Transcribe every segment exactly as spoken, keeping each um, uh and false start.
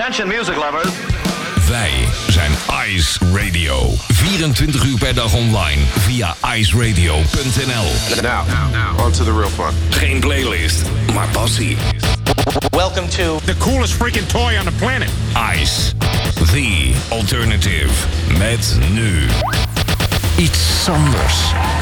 Attention music lovers. Wij zijn Ice Radio. vierentwintig uur per dag online via ice radio punt n l. Now, now, on to the real fun. Geen playlist, maar passie. Welcome to the coolest freaking toy on the planet. Ice, the alternative. Met nu iets anders.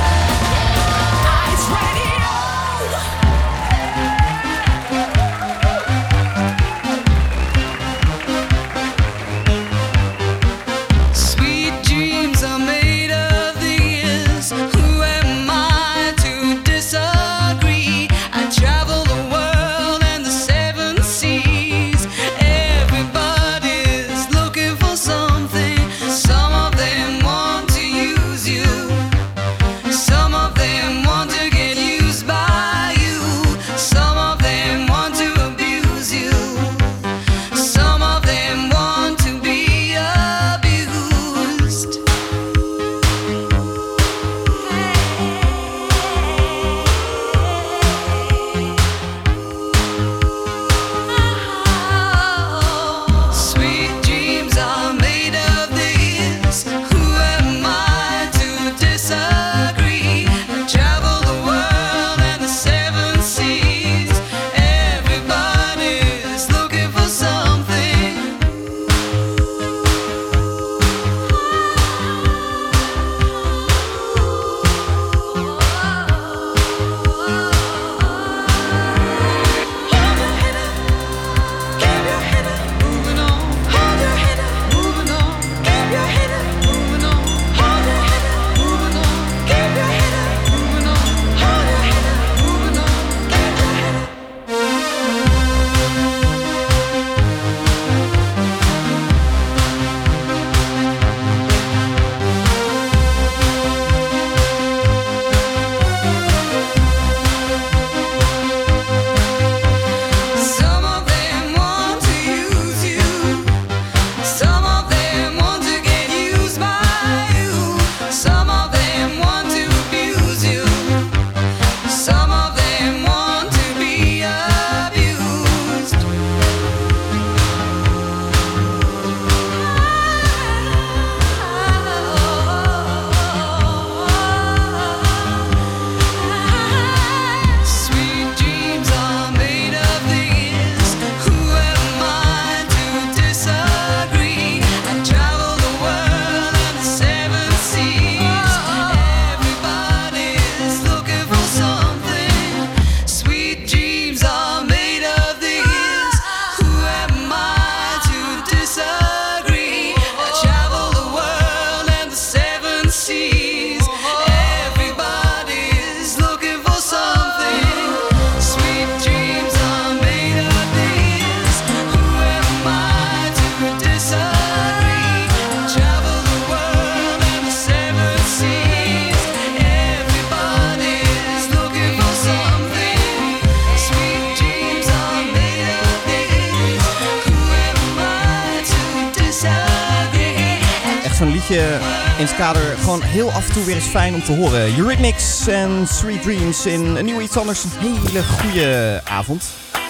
In het kader gewoon heel af en toe weer eens fijn om te horen. Eurythmics en Sweet Dreams in een nieuwe iets anders. Een hele goede avond.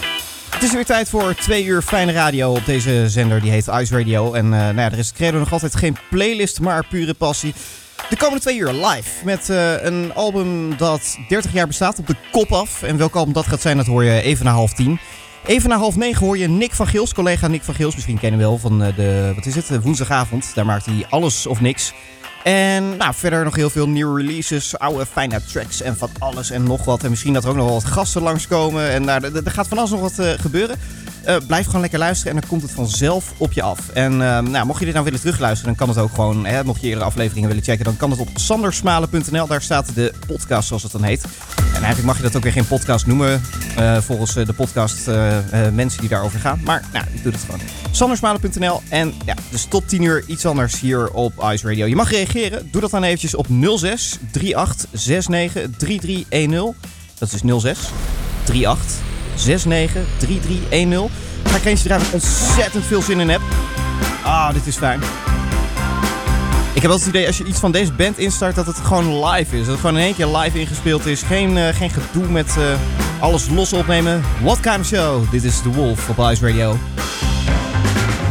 Het is weer tijd voor twee uur fijne radio op deze zender. Die heet Ice Radio. En uh, nou ja, er is credo nog altijd geen playlist, maar pure passie. De komende twee uur live met uh, een album dat dertig jaar bestaat op de kop af. En welk album dat gaat zijn, dat hoor je even na half tien. Even na half negen hoor je Nick van Gils, collega Nick van Gils. Misschien ken je hem wel van de, wat is het, de woensdagavond. Daar maakt hij alles of niks. En nou, verder nog heel veel nieuwe releases, oude fijne tracks en van alles en nog wat. En misschien dat er ook nog wel wat gasten langskomen. En nou, er gaat van alles nog wat uh, gebeuren. Uh, blijf gewoon lekker luisteren en dan komt het vanzelf op je af. En uh, nou, mocht je dit nou willen terugluisteren, dan kan het ook gewoon. Hè, mocht je eerdere afleveringen willen checken, dan kan het op sandersmalen punt n l. Daar staat de podcast, zoals het dan heet. En eigenlijk mag je dat ook weer geen podcast noemen, uh, volgens uh, de podcast uh, uh, mensen die daarover gaan. Maar nou, ik doe het gewoon. sandersmalen punt n l. En ja, dus tot tien uur iets anders hier op Ice Radio. Je mag reageren. Doe dat dan eventjes op nul zes drie acht zes negen drie drie een nul. Dat is nul zes drie acht zes negen drie drie een nul. Ga ik eentje draaien waar ik ontzettend veel zin in heb. Ah, dit is fijn. Ik heb altijd het idee, als je iets van deze band instart, dat het gewoon live is. Dat het gewoon in één keer live ingespeeld is. Geen, uh, geen gedoe met uh, alles los opnemen. What kind of show? Dit is The Wolf op Ice Radio.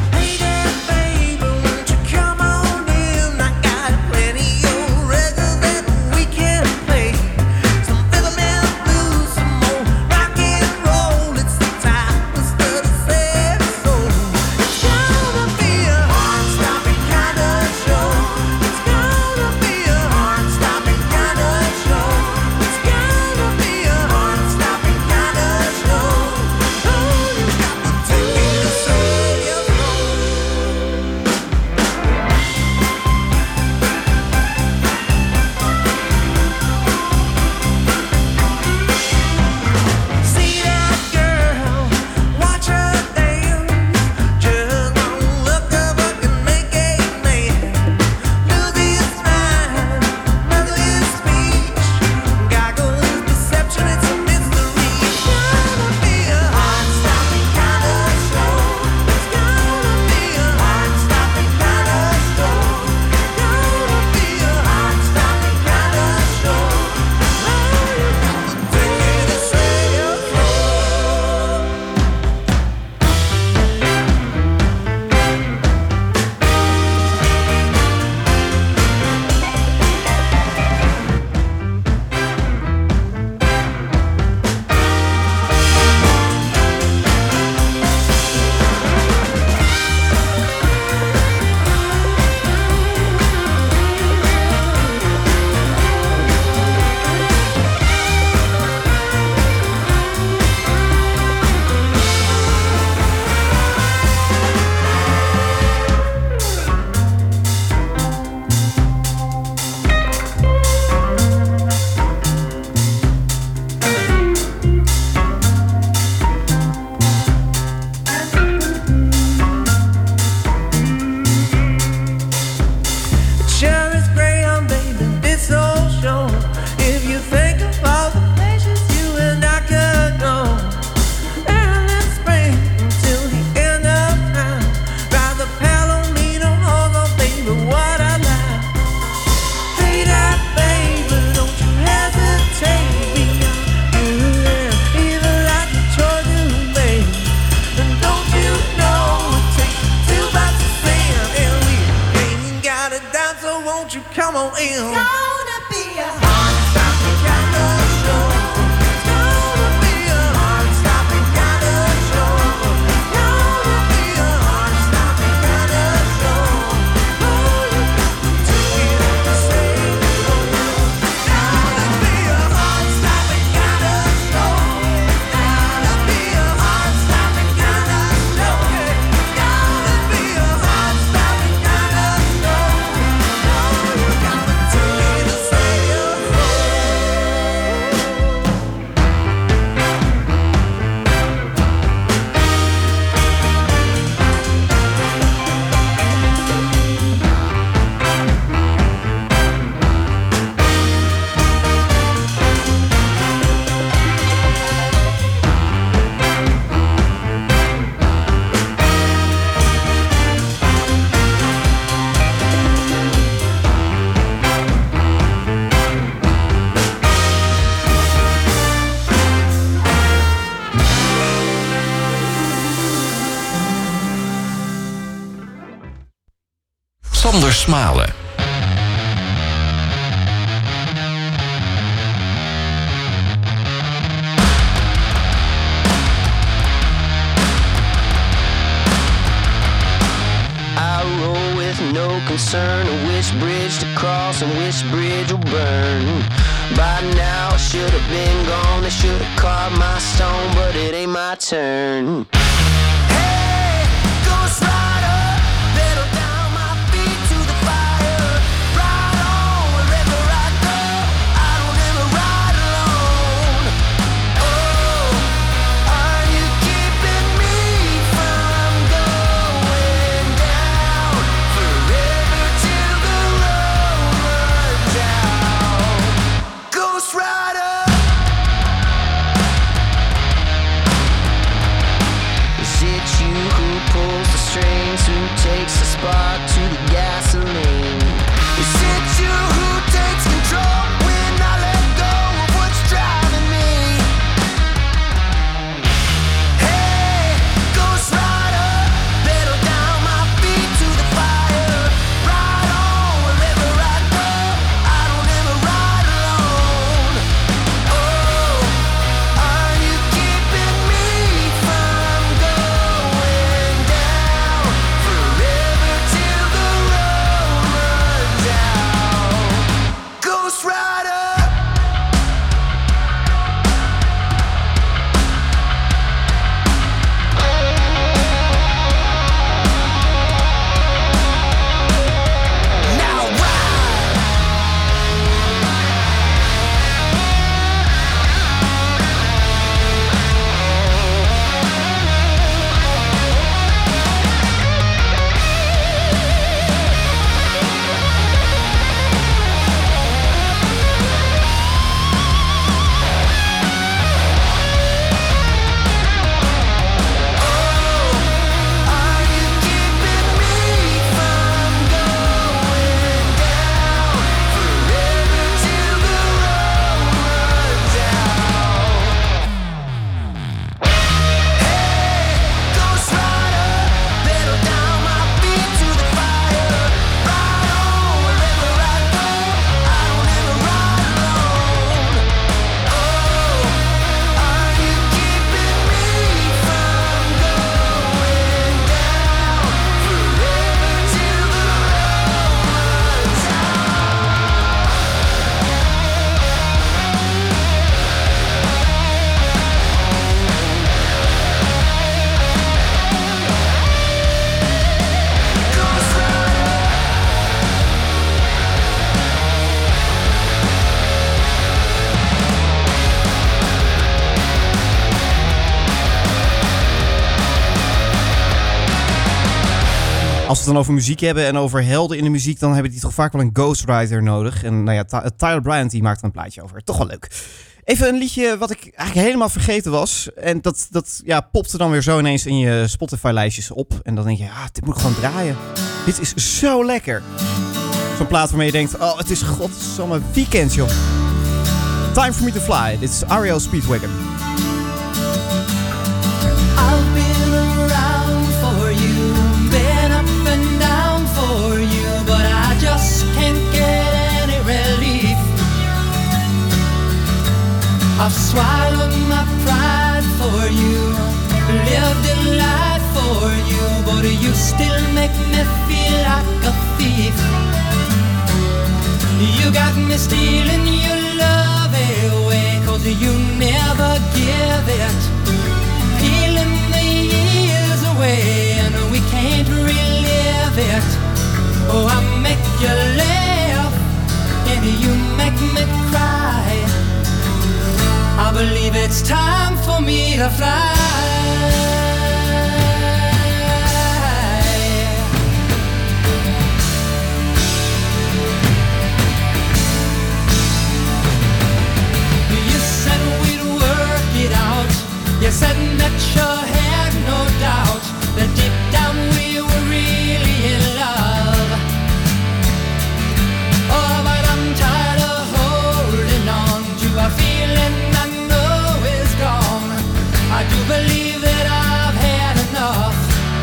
won't you come on in? Gonna be a heart-stopping kind of show. It's gonna be a heart-stopping kind of show. Gonna be a heart-stopping kind of show. Oh, you got to hear the same. Gonna be a heart-stopping kind of show. Gonna be a heart-stopping kind of show. Gonna be a heart-stopping kind of show. Oh, you got to hear the same. Sander Smalen. I roll with no concern of which bridge to cross and which bridge will burn. By now I should have been gone, they should have carved my stone, but it ain't my turn. Hey, Ghost Rider, pedal down my feet to the fire. Ride on wherever I go, I don't ever ride alone. Oh, are you keeping me from going down forever till the road runs out? Ghost Rider. Is it you who pulls the strings, who takes the spark to the gasoline? Is it you who takes control when I let go of what's driving me? Hey, Ghost Rider, pedal down my feet to the fire. Ride on wherever I go, I don't ever ride alone. Oh, are you keeping me from going down forever till the road runs out? Ghost Rider. Now ride. Are you keeping me from going down forever till the road runs out? Hey, Ghost Rider, pedal down my feet to the fire. Ride on wherever I go, I don't ever ride alone. Oh, are you keeping me from going down forever till the road runs out? Ghost Rider. Als we het dan over muziek hebben en over helden in de muziek, dan hebben die toch vaak wel een ghostwriter nodig. En nou ja, Ty- Tyler Bryant die maakt er een plaatje over. Toch wel leuk. Even een liedje wat ik eigenlijk helemaal vergeten was. En dat, dat ja, popte dan weer zo ineens in je Spotify-lijstjes op. En dan denk je, ja, dit moet ik gewoon draaien. Dit is zo lekker. Zo'n plaat waarmee je denkt, oh, het is godsamme weekend, joh. Time for me to fly. Dit is R E O Speedwagon. I've been around for you, been up and down for you, but I just can't get you still make me feel like a thief. You got me stealing your love away, 'cause you never give it. Peeling the years away and we can't relive it. Oh, I make you laugh and you make me cry. I believe it's time for me to fly. You said that you had no doubt that deep down we were really in love. Oh, but I'm tired of holding on to a feeling I know is gone. I do believe that I've had enough.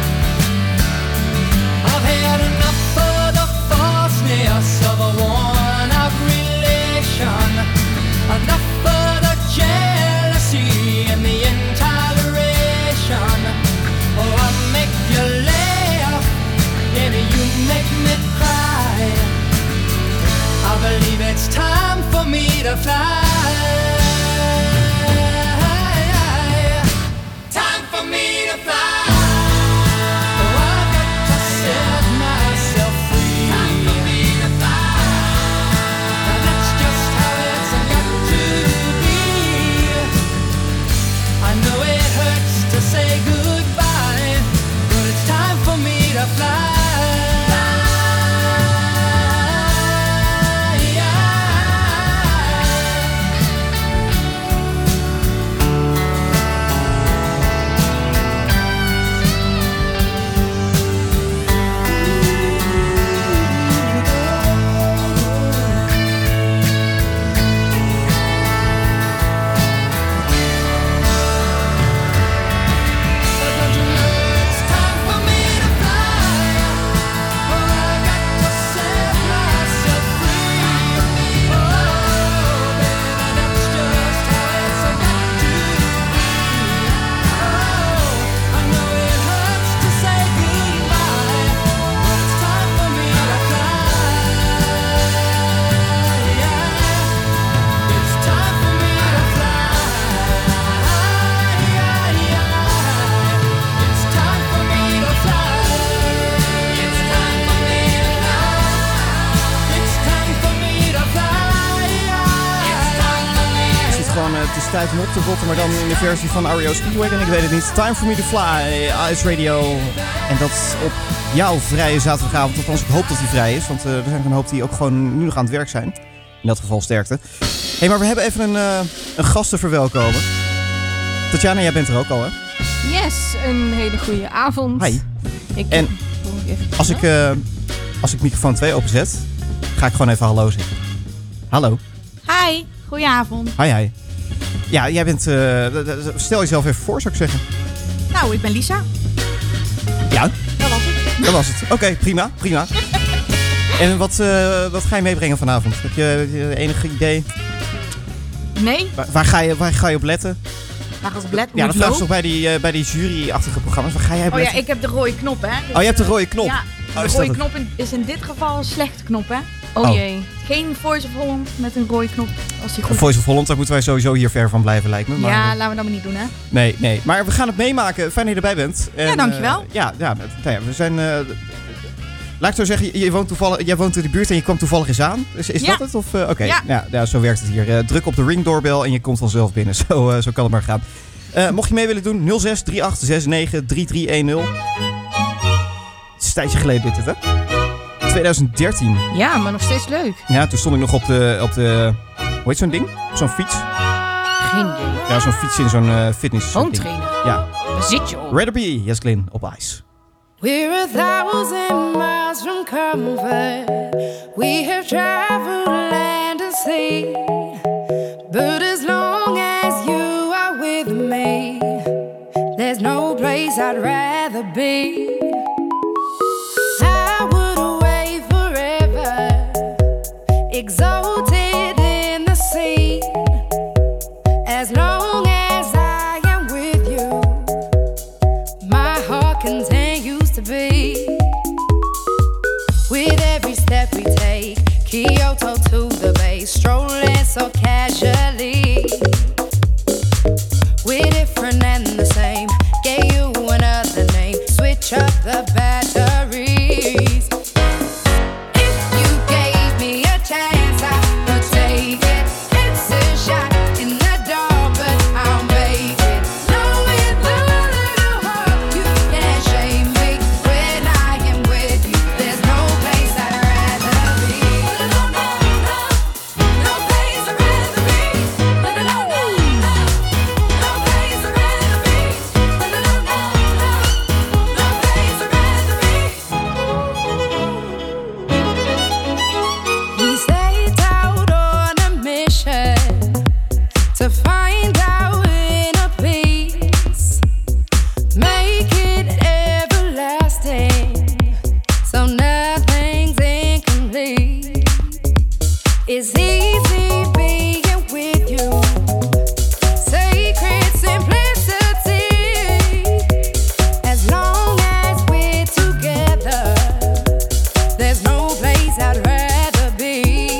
I've had enough of the falseness of a worn-out relation. Enough of the jealousy and the intoleration. Oh, I make you laugh and you make me cry. I believe it's time for me to fly. Time for me to fly. Oh, I've got to set myself free. Time for me to fly. Now that's just how it's got to be. I know it hurts to say goodbye, but it's time for me to fly. Het is tijd om op te botten, maar dan in de versie van R E O Speedwagon. Ik weet het niet. Time for me to fly, Ice Radio. En dat op jouw vrije zaterdagavond. Althans, ik hoop dat hij vrij is. Want uh, er zijn een hoop die ook gewoon nu nog aan het werk zijn. In dat geval sterkte. Hé, hey, maar we hebben even een, uh, een gast te verwelkomen. Tatjana, jij bent er ook al, hè? Yes, een hele goede avond. Hi. Ik, En als ik, uh, als ik microfoon twee openzet, ga ik gewoon even hallo zeggen. Hallo. Hi, goedenavond. Hi, hi. Ja, jij bent... Uh, stel jezelf even voor, zou ik zeggen. Nou, ik ben Lisa. Ja? Dat was het. Dat was het. Oké, okay, prima, prima. En wat, uh, wat ga je meebrengen vanavond? Heb je, heb je enige idee? Nee. Waar, waar, ga je, waar ga je op letten? Waar ga ik op letten? Ja, dat vraag je toch bij die, uh, bij die jury-achtige programma's. Waar ga jij op Oh letten? ja, ik heb de rode knop, hè. Dus, oh, je hebt de rode knop? Ja, de oh, rode knop is in dit geval een slechte knop, hè. Oh, oh jee. Geen Voice of Holland met een rode knop. Als die goed Voice of Holland, daar moeten wij sowieso hier ver van blijven, lijkt me. Maar, ja, laten we dat maar niet doen, hè. Nee, nee. Maar we gaan het meemaken. Fijn dat je erbij bent. En, ja, dankjewel. Uh, ja, ja, nou ja, we zijn... Uh, laat ik zo zeggen, je woont toevallig, jij woont in de buurt en je kwam toevallig eens aan. Is, is ja. dat het? Of, uh, Oké, okay. ja. ja, ja, zo werkt het hier. Uh, druk op de ringdoorbel en je komt vanzelf binnen. Zo, uh, zo kan het maar gaan. Uh, mocht je mee willen doen, nul zes drie acht zes negen drie drie een nul. Het is een tijdje geleden dit, hè? twintig dertien. Ja, maar nog steeds leuk. Ja, toen stond ik nog op de... Op de hoe heet zo'n ding? Zo'n fiets? Geen idee. Ja, zo'n fiets in zo'n uh, fitness. Home trainer. Ja. Daar zit je op. Rather be, yes, Glyn, op ice. We're a thousand miles from comfort. We have traveled land and sea. But as long as you are with me, there's no place I'd rather be. I would away forever, exalted in the sea. As long as I am with you, my heart continues to be. Kyoto to the Bay, strolling so casually. We're different and the same. Gave you another name. Switch up the batteries. If you gave me a chance, I would take it. It's a shot in the dark, but I'll make it. Knowing the little heart, you can't shame me. When I am with you, there's no place I'd rather be. No, no, no, no place I'd rather be. No, no, no, no, no place I'd rather be. No, no, no, no, no place I'd rather be. We set out on a mission to find our inner peace, make it everlasting, so nothing's incomplete. It's easy being with you, sacred simplicity. As long as we're together, there's no place I'd rather be.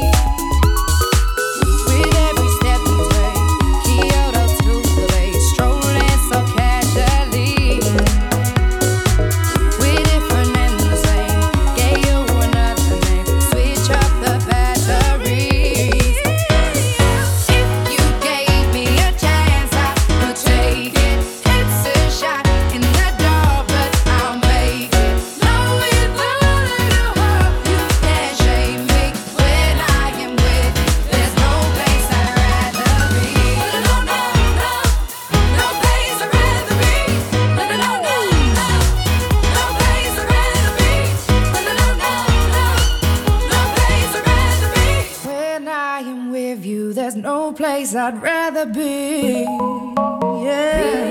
With every step we take, Kyoto to the Bay, strolling so casually. We're different and the same. Gave you another name. Switch up the batteries. If you gave me a chance, I would take it. It's a shot in the dark, but I'll make it. Knowing the little heart, you can't shame me. When I am with you, there's no place I'd rather be. No, no, no, no place I'd rather be. No, no, no, no, no place I'd rather be. No, no, no, no, no place I'd rather be. When I am with you, there's no place I'd rather be. Yeah.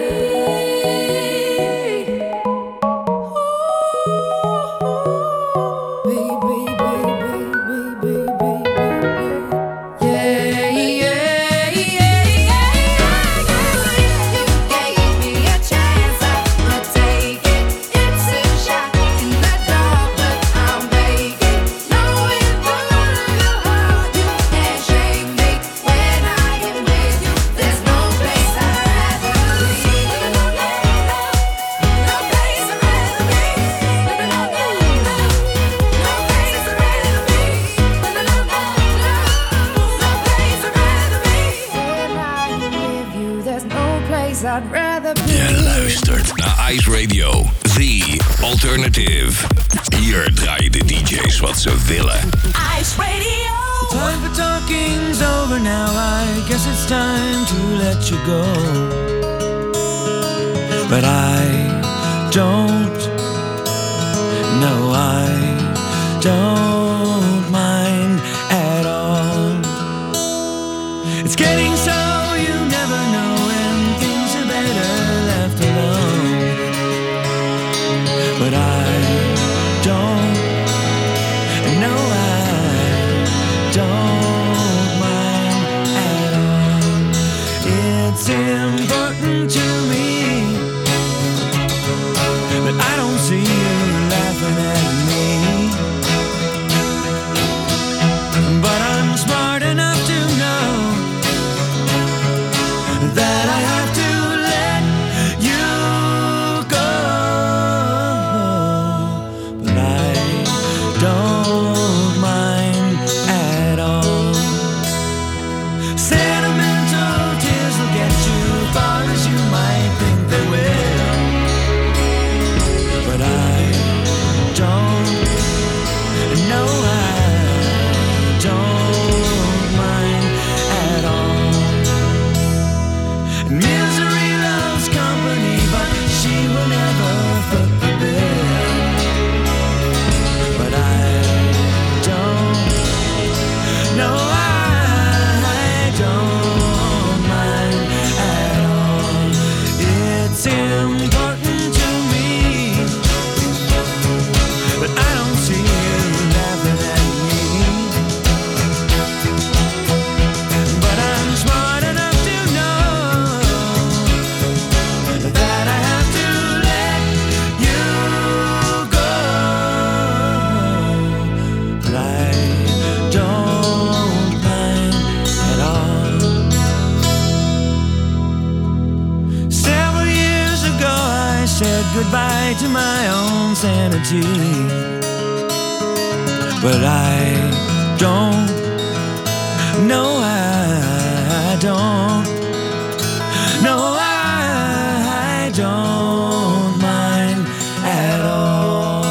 I'd rather be. Je luistert naar Ice Radio, the alternative. Hier draaien de D J's wat ze willen. Ice Radio. Time for talking's over now. I guess it's time to let you go. But I don't. No, I don't mind at all. It's getting so you never know when things are better left alone. But I don't. No, I don't mind at all. It's important to me, but I don't see you laughing at me. But I'm smart enough to know that I have to let you go. to my own sanity. But I don't, no I don't, no I don't mind at all.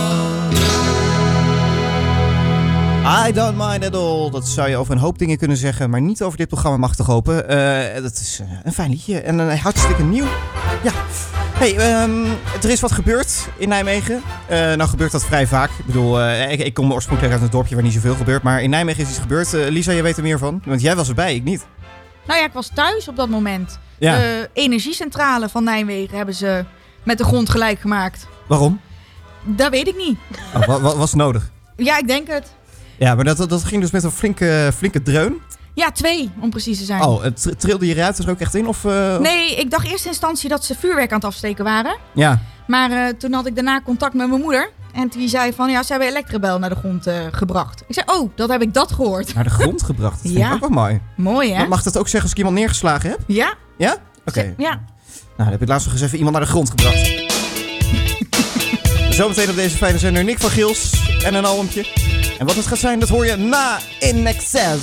I don't mind at all. Dat zou je over een hoop dingen kunnen zeggen, maar niet over dit programma, mag toch hopen. Uh, dat is uh, een fijn liedje en uh, hartstikke nieuw. Ja. Hey, um, er is wat gebeurd in Nijmegen. Uh, nou gebeurt dat vrij vaak. Ik bedoel, uh, ik, ik kom oorspronkelijk uit een dorpje waar niet zoveel gebeurt. Maar in Nijmegen is iets gebeurd. Uh, Lisa, je weet er meer van. Want jij was erbij, ik niet. Nou ja, ik was thuis op dat moment. Ja. De energiecentrale van Nijmegen hebben ze met de grond gelijk gemaakt. Waarom? Dat weet ik niet. Oh, wat, wat was nodig? Ja, ik denk het. Ja, maar dat, dat ging dus met een flinke, flinke dreun. Ja, twee, om precies te zijn. Oh, het trilde je ruit er ook echt in? Of, uh... Nee, ik dacht eerst in instantie dat ze vuurwerk aan het afsteken waren. Ja. Maar uh, toen had ik daarna contact met mijn moeder. En die zei van, ja, ze hebben elektrabel naar de grond uh, gebracht. Ik zei, oh, dat heb ik dat gehoord. Naar de grond gebracht? Dat vind ja. ik ook wel mooi. Mooi, hè? Mag dat ook zeggen als ik iemand neergeslagen heb? Ja. Ja? Oké. Okay. Ja. Nou, dan heb ik laatst nog eens even iemand naar de grond gebracht. Zometeen op deze fijne zender Nick van Gils en een albumpje. En wat het gaat zijn, dat hoor je na In Excess.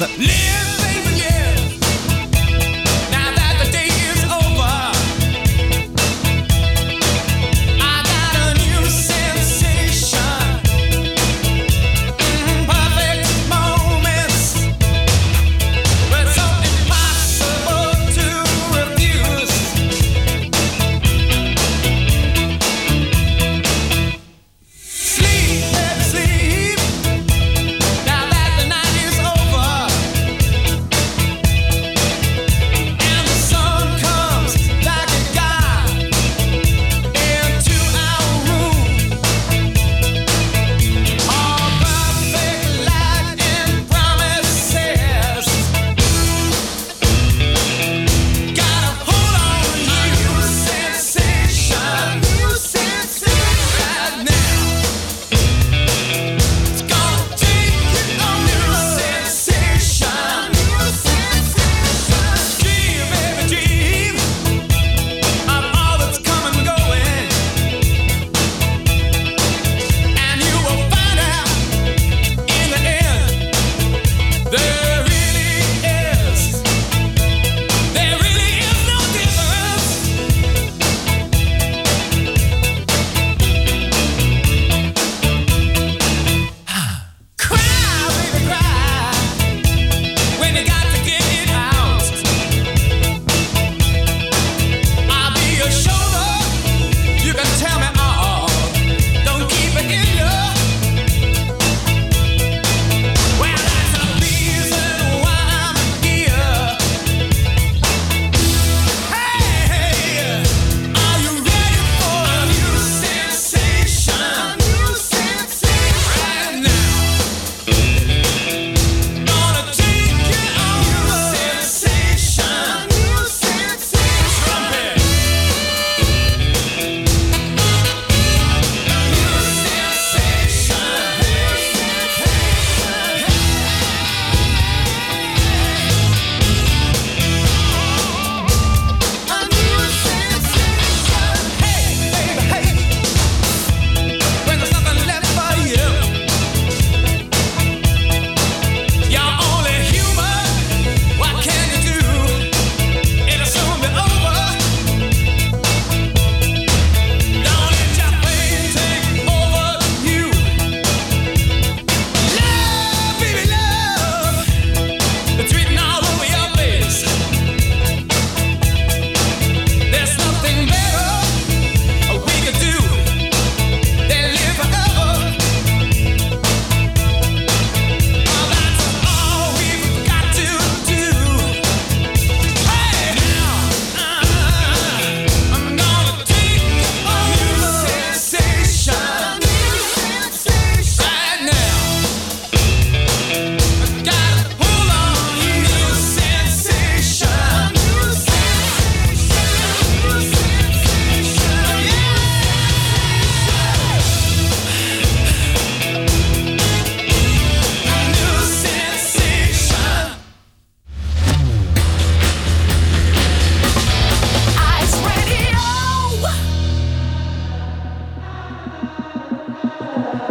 Sleep, sleep. Now that the night is over.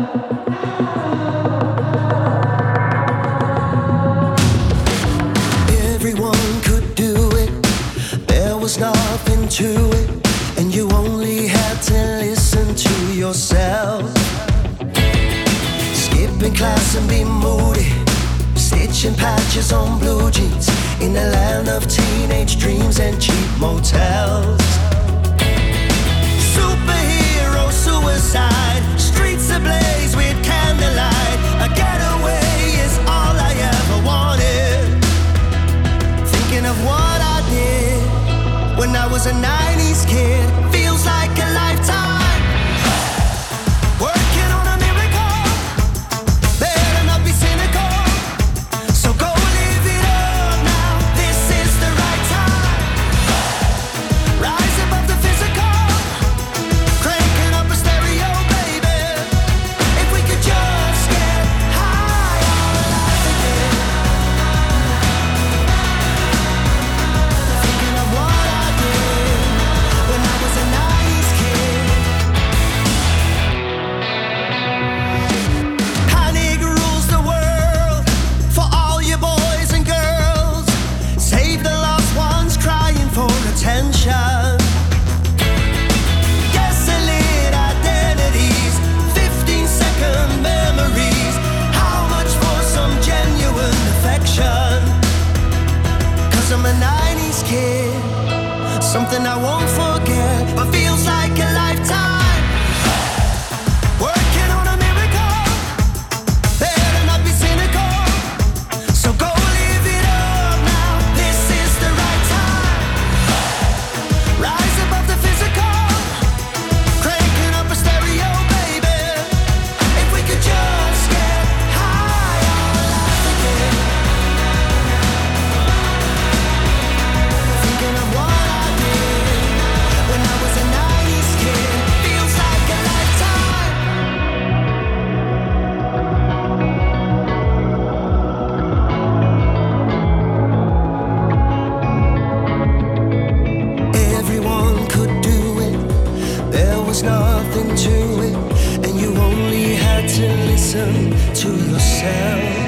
Everyone could do it, there was nothing to it, and you only had to listen to yourself. Skipping class and be moody, stitching patches on blue jeans, in the land of teenage dreams and cheap motels. Superhero suicide, streets ablaze with candlelight, a getaway is all I ever wanted. Thinking of what I did when I was a nineties kid, feels like a lifetime. Working on a miracle, better not be cynical, so go live it up now, this is the right time. Rise above the physical, cranking up a stereo, baby. If we could just get high on life again. Thinking of what I did when I was a nineties kid. Panic rules the world for all you boys and girls. Save the lost ones crying for attention. Desolate identities, fifteen second memories. How much for some genuine affection? Cause I'm a nineties kid, something I won't forget, but feels like a lifetime. Working on a miracle, better not be cynical, so go live it up now, this is the right time. Rise above the physical, cranking up a stereo, baby. If we could just get high on life again. Thinking of what I did when I was a nineties kid, feels like a lifetime. Everyone could do it, there was nothing to it, and you only had to listen to yourself.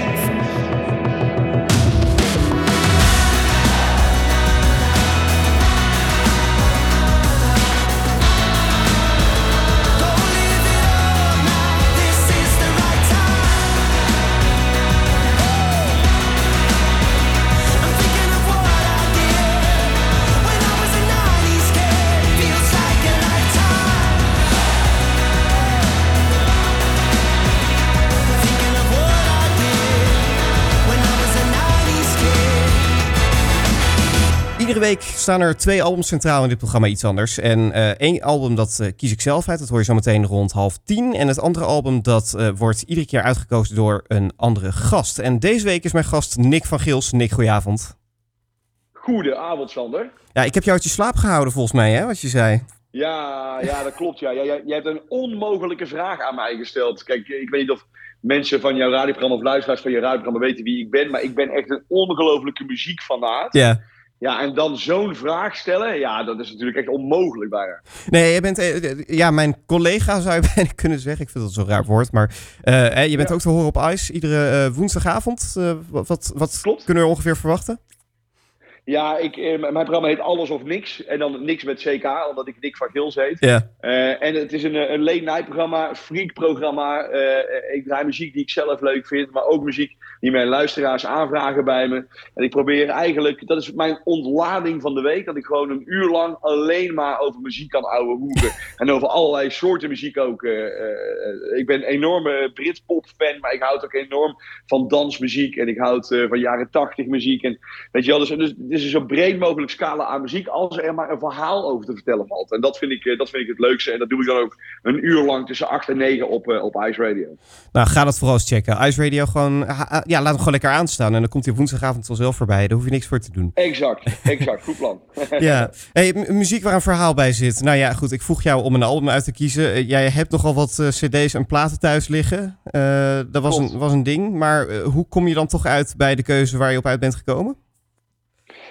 Go live it up now, this is the right time. I'm thinking of what I did when I was a nineties kid, feels like a lifetime. Thinking of what I did when I was a nineties kid. Iedere week staan er twee albums centraal in dit programma Iets Anders. En eh, één album dat eh, kies ik zelf uit. Dat hoor je zo meteen rond half tien. En het andere album dat eh, wordt iedere keer uitgekozen door een andere gast. En deze week is mijn gast Nick van Gils. Nick, goedenavond. Goedenavond, Sander. Ja, ik heb jou uit je slaap gehouden volgens mij, hè, wat je zei. Ja, ja, dat klopt. Ja. Jij, jij, jij hebt een onmogelijke vraag aan mij gesteld. Kijk, ik weet niet of mensen van jouw radioprogramma of luisteraars van je radioprogramma weten wie ik ben, maar ik ben echt een ongelofelijke muziekfanaat. Ja. Ja, en dan zo'n vraag stellen, ja, dat is natuurlijk echt onmogelijk bijna. Nee, je bent eh, ja, mijn collega zou je bijna kunnen zeggen. Ik vind dat zo'n raar woord, maar eh, eh, je bent Ja. ook te horen op Ice iedere eh, woensdagavond. Eh, wat wat, wat Klopt. kunnen we ongeveer verwachten? Ja, ik, eh, mijn programma heet Alles of Niks. En dan niks met C K, omdat ik Nick van Gils heet. Ja. Eh, en het is een, een late night programma, freak programma. Eh, ik draai muziek die ik zelf leuk vind, maar ook muziek die mijn luisteraars aanvragen bij me. En ik probeer eigenlijk, dat is mijn ontlading van de week, dat ik gewoon een uur lang alleen maar over muziek kan ouwe hoeren. En over allerlei soorten muziek ook. Eh, eh, ik ben een enorme Britpop fan, maar ik houd ook enorm van dansmuziek. En ik houd eh, van jaren tachtig muziek. En weet je wel, dus, dus het is een zo breed mogelijk scala aan muziek als er maar een verhaal over te vertellen valt. En dat vind ik, eh, dat vind ik het leukste. En dat doe ik dan ook een uur lang tussen acht en negen op, uh, op Ice Radio. Nou, ga dat vooral eens checken. Ice Radio gewoon, ha, ja, laat hem gewoon lekker aanstaan. En dan komt hij op woensdagavond vanzelf voorbij. Daar hoef je niks voor te doen. Exact, exact. Goed plan. Ja. Hey, m- muziek waar een verhaal bij zit. Nou ja, goed. Ik vroeg jou om een album uit te kiezen. Uh, jij hebt nogal wat uh, cd's en platen thuis liggen. Uh, dat was een, was een ding. Maar uh, hoe kom je dan toch uit bij de keuze waar je op uit bent gekomen?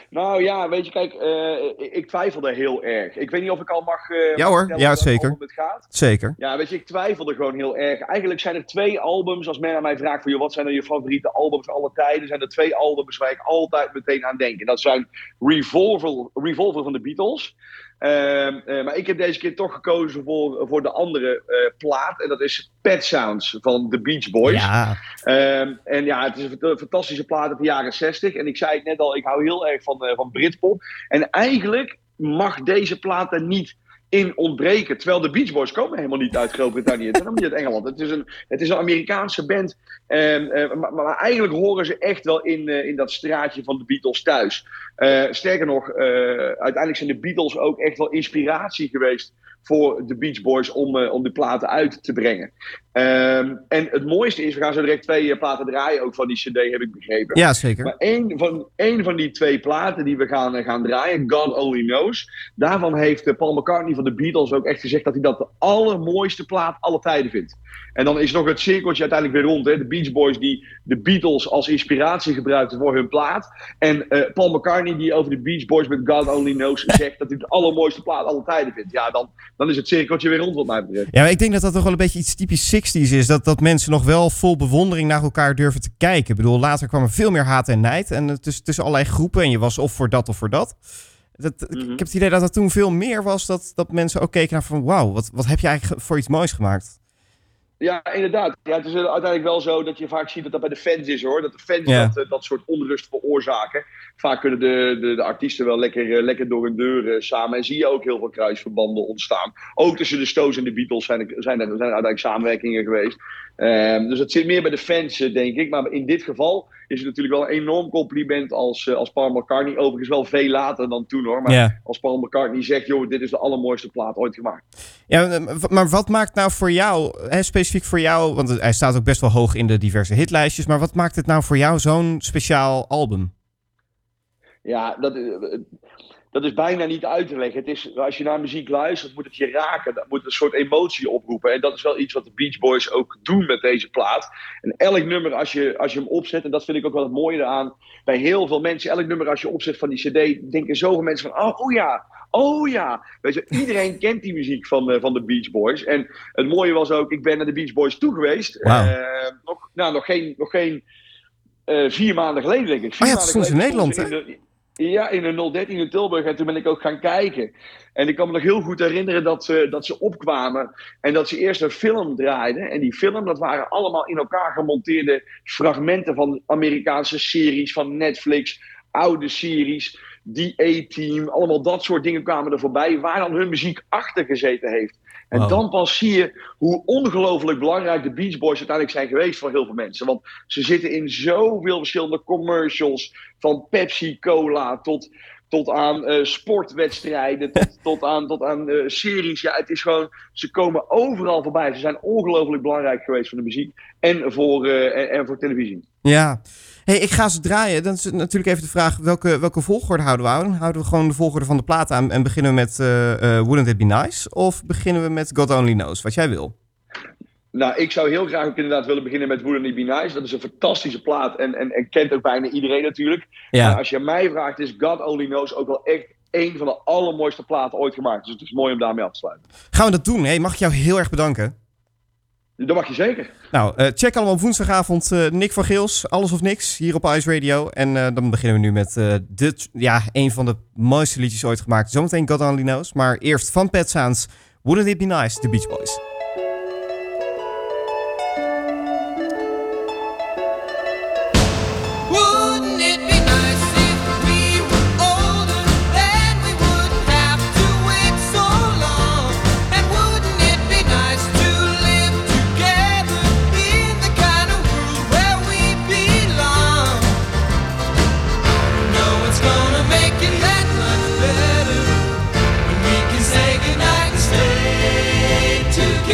Nou ja, weet je, kijk, uh, ik, ik twijfelde heel erg. Ik weet niet of ik al mag... Uh, ja mag hoor, ja zeker. Het gaat. Zeker. Ja, weet je, ik twijfelde gewoon heel erg. Eigenlijk zijn er twee albums, als men aan mij vraagt van, joh, wat zijn er je favoriete albums alle tijden? Zijn er twee albums waar ik altijd meteen aan denk. En dat zijn Revolver, Revolver van de Beatles. Uh, uh, maar ik heb deze keer toch gekozen voor, voor de andere uh, plaat. En dat is Pet Sounds van The Beach Boys. Ja. Uh, en ja, het is een fantastische plaat uit de jaren zestig. En ik zei het net al, ik hou heel erg van, uh, van Britpop. En eigenlijk mag deze plaat er niet in ontbreken. Terwijl de Beach Boys komen helemaal niet uit Groot-Brittannië. Het is helemaal niet uit Engeland. Het is een, het is een Amerikaanse band. Uh, uh, maar, maar eigenlijk horen ze echt wel in, uh, in dat straatje van de Beatles thuis. Uh, sterker nog, uh, uiteindelijk zijn de Beatles ook echt wel inspiratie geweest voor de Beach Boys om, uh, om die platen uit te brengen. Um, en het mooiste is, we gaan zo direct twee uh, platen draaien, ook van die cd, heb ik begrepen. Ja, zeker. Maar één van, één van die twee platen die we gaan, uh, gaan draaien, God Only Knows, daarvan heeft uh, Paul McCartney van de Beatles ook echt gezegd dat hij dat de allermooiste plaat alle tijden vindt. En dan is nog het cirkeltje uiteindelijk weer rond. Hè? De Beach Boys die de Beatles als inspiratie gebruikten voor hun plaat. En uh, Paul McCartney die over de Beach Boys met God Only Knows zegt dat hij de allermooiste plaat alle tijden vindt. Ja, dan, dan is het cirkeltje weer rond wat mij betreft. Ja, maar ik denk dat dat toch wel een beetje iets typisch zestig's is. Dat, dat mensen nog wel vol bewondering naar elkaar durven te kijken. Ik bedoel, later kwam er veel meer haat en nijd. En tussen, tussen allerlei groepen. En je was of voor dat of voor dat. Dat, mm-hmm. Ik heb het idee dat dat toen veel meer was. Dat, dat mensen ook keken naar van wauw, wat, wat heb je eigenlijk voor iets moois gemaakt? Ja, inderdaad. Ja, het is uiteindelijk wel zo dat je vaak ziet dat dat bij de fans is, hoor. Dat de fans ja. dat, dat soort onrust veroorzaken. Vaak kunnen de, de, de artiesten wel lekker, lekker door hun deur samen. En zie je ook heel veel kruisverbanden ontstaan. Ook tussen de Stones en de Beatles zijn er, zijn er, zijn er uiteindelijk samenwerkingen geweest. Um, dus het zit meer bij de fans, denk ik. Maar in dit geval is het natuurlijk wel een enorm compliment als, uh, als Paul McCartney. Overigens wel veel later dan toen, hoor. Maar ja. als Paul McCartney zegt, joh, dit is de allermooiste plaat ooit gemaakt. Ja, maar wat maakt nou voor jou, hè, specifiek voor jou, want hij staat ook best wel hoog in de diverse hitlijstjes, maar wat maakt het nou voor jou zo'n speciaal album? Ja, dat, dat is bijna niet uit te leggen. Het is, als je naar muziek luistert, moet het je raken. Dat moet een soort emotie oproepen. En dat is wel iets wat de Beach Boys ook doen met deze plaat. En elk nummer, als je, als je hem opzet, en dat vind ik ook wel het mooie eraan, bij heel veel mensen, elk nummer als je opzet van die cd, denken zoveel mensen van, oh, oh ja, oh ja. Weet je, iedereen kent die muziek van, uh, van de Beach Boys. En het mooie was ook, ik ben naar de Beach Boys toe geweest. Wow. Uh, nog, nou, nog geen... Nog geen uh, vier maanden geleden, denk ik. Vier oh ja, het stond in Nederland, hè? Ja, in de nul dertien in Tilburg. En toen ben ik ook gaan kijken. En ik kan me nog heel goed herinneren dat ze, dat ze opkwamen. En dat ze eerst een film draaiden. En die film, dat waren allemaal in elkaar gemonteerde fragmenten van Amerikaanse series, van Netflix, oude series, die A-Team. Allemaal dat soort dingen kwamen er voorbij, waar dan hun muziek achter gezeten heeft. En wow. dan pas zie je hoe ongelooflijk belangrijk de Beach Boys uiteindelijk zijn geweest voor heel veel mensen. Want ze zitten in zoveel verschillende commercials. Van Pepsi Cola tot, tot aan uh, sportwedstrijden, tot, tot aan, tot aan uh, series. Ja, het is gewoon, ze komen overal voorbij. Ze zijn ongelooflijk belangrijk geweest voor de muziek en voor, uh, en, en voor televisie. Ja. Hey, ik ga ze draaien. Dan is natuurlijk even de vraag, welke, welke volgorde houden we aan? Houden we gewoon de volgorde van de plaat aan en beginnen we met uh, uh, Wouldn't It Be Nice? Of beginnen we met God Only Knows? Wat jij wil. Nou, ik zou heel graag ook inderdaad willen beginnen met Wouldn't It Be Nice. Dat is een fantastische plaat en, en, en kent ook bijna iedereen natuurlijk. Ja. Maar als je mij vraagt, is God Only Knows ook wel echt een van de allermooiste platen ooit gemaakt. Dus het is mooi om daarmee af te sluiten. Gaan we dat doen? Hey, mag ik jou heel erg bedanken? Dat mag je zeker. Nou, uh, check allemaal op woensdagavond uh, Nick van Geels, Alles of Niks, hier op Ice Radio. En uh, dan beginnen we nu met uh, de, ja, een van de mooiste liedjes ooit gemaakt. Zometeen God Only Knows, maar eerst van Pet Sounds, Wouldn't It Be Nice, The Beach Boys. Together.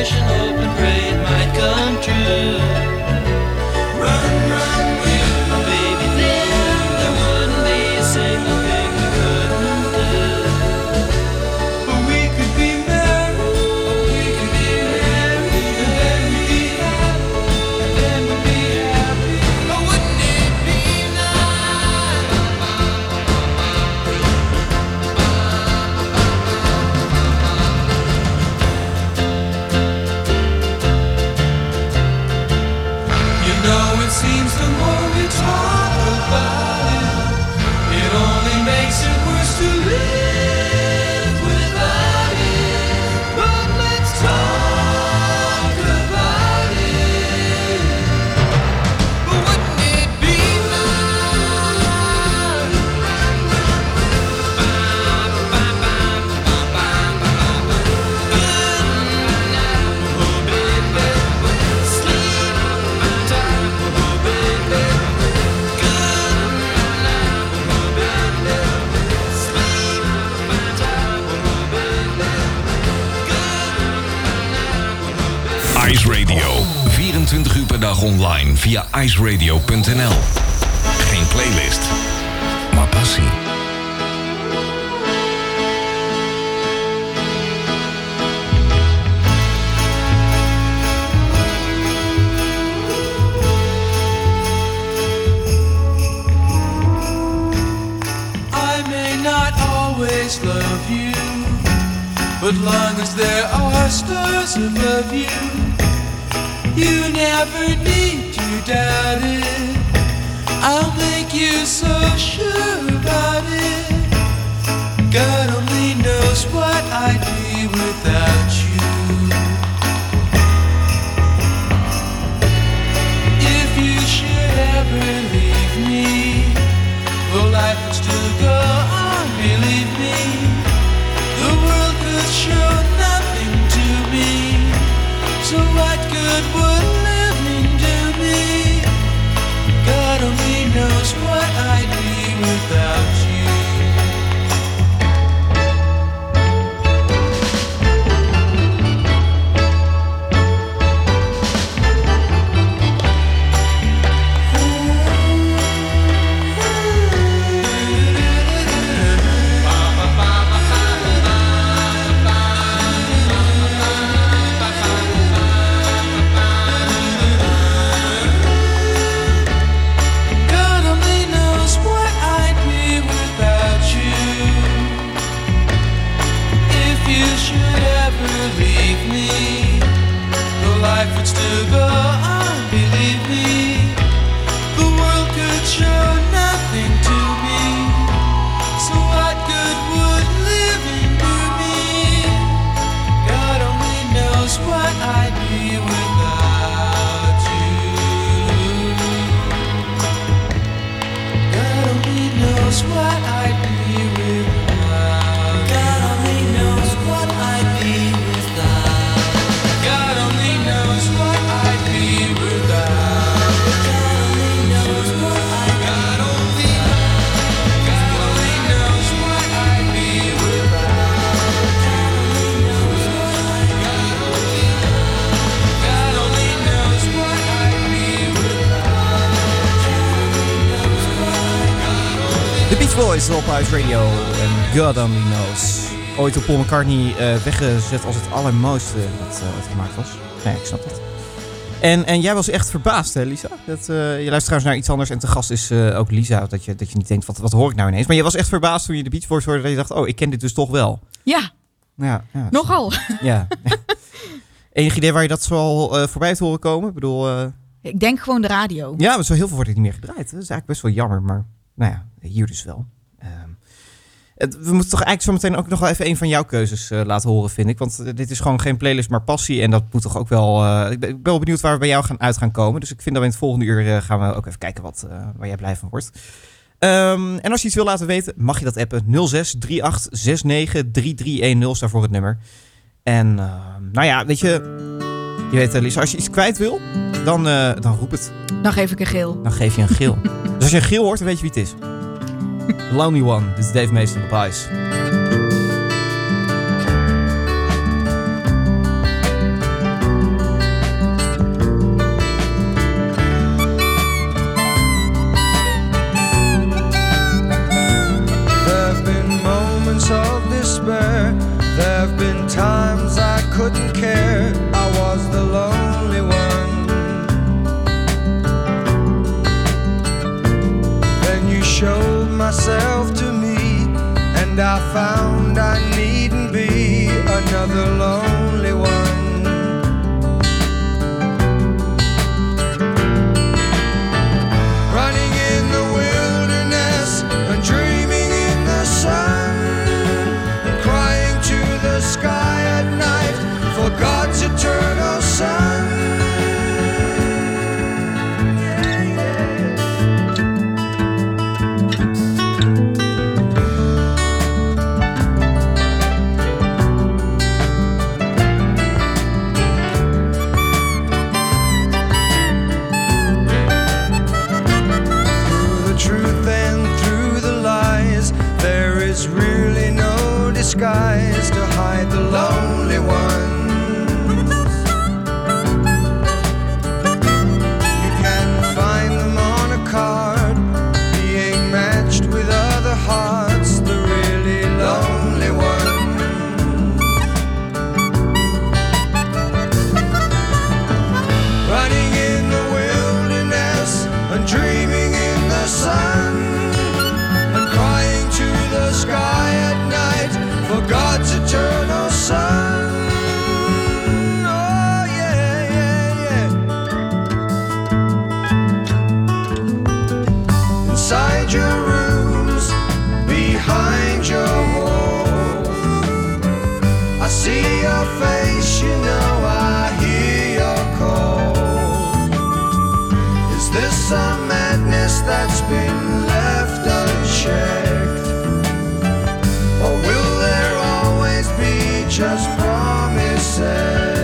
wish and hope and pray it might come true. Run, run, you, baby, then there wouldn't be a single thing we couldn't do. But we could be married, we could be married, and then we'd be happy, and then we'd be happy. Oh, wouldn't it be nice? You know, it seems the more we talk about it, it only makes it worse to live without it. But let's talk about it. But wouldn't it be Ice Radio. vierentwintig uur per dag online via ice radio punt n l. Geen playlist, maar passie. I may not always love you, but long as there are stars above you, you never need to doubt it. I'll make you so sure about it. God only knows what I'd be without you. If you should ever leave me, well, life would still go on, believe me. The world could show nothing to me, so what good would living do me? God only knows what I'd be without you. God only knows what I'd be without you. If you should ever leave me, the life would still go on, believe me. The world could show nothing to me, so what good would living do me? God only knows what I'd be without you. God only knows what I'd be without. God only knows what I'd be without. God only knows what I'd be without. God only knows what I'd be. God only. God only knows what I'd be without. God only knows what I'd. God only. God only knows what I'd be without. De Beach Boys op Ice Radio en God Only Knows. Ooit door Paul McCartney uh, weggezet als het allermooiste wat uh, ooit gemaakt was. Nee, ik snap het. En, en jij was echt verbaasd, hè, Lisa? Dat, uh, je luistert trouwens naar iets anders en te gast is uh, ook Lisa. Dat je, dat je niet denkt, wat, wat hoor ik nou ineens? Maar je was echt verbaasd toen je de Beach Boys hoorde dat je dacht, oh, ik ken dit dus toch wel. Ja, Ja, ja. nogal. Ja. Enig idee waar je dat zo al uh, voorbij te horen komen? Ik bedoel, uh, Ik denk gewoon de radio. ja, maar zo heel veel wordt het niet meer gedraaid. Dat is eigenlijk best wel jammer, maar nou ja, hier dus wel. Ehm, het, we moeten toch eigenlijk zo meteen ook nog wel even een van jouw keuzes uh, laten horen, vind ik. Want uh, dit is gewoon geen playlist, maar passie. En dat moet toch ook wel... Uh, ik, ben, ik ben wel benieuwd waar we bij jou gaan uit gaan komen. Dus ik vind dat we in het volgende uur uh, gaan we ook even kijken wat, uh, waar jij blij van wordt. Um, en als je iets wil laten weten, mag je dat appen. nul zes drie acht zes negen drie drie een nul staat voor het nummer. En uh, nou ja, weet je... Je weet, Lisa, als je iets kwijt wil, dan, uh, dan roep het. Dan geef ik een geel. Dan geef je een geel. Dus als je een geel hoort, dan weet je wie het is. Lonely One, dit is Dave Mason op Ice. And I found I needn't be another lonely one. Running in the wilderness and dreaming in the sun, and crying to the sky at night for God's eternal Son. Really no disguise to hide the lonely ones. You can find them on a card, being matched with other hearts, the really lonely ones. Running in the wilderness and dreaming in the sun, the sky at night for God's eternal Son. Oh yeah, yeah, yeah. Inside your rooms, behind your wall, I see your face, you know I hear your call. Is this a madness that's been left unchecked? Or will there always be just promises?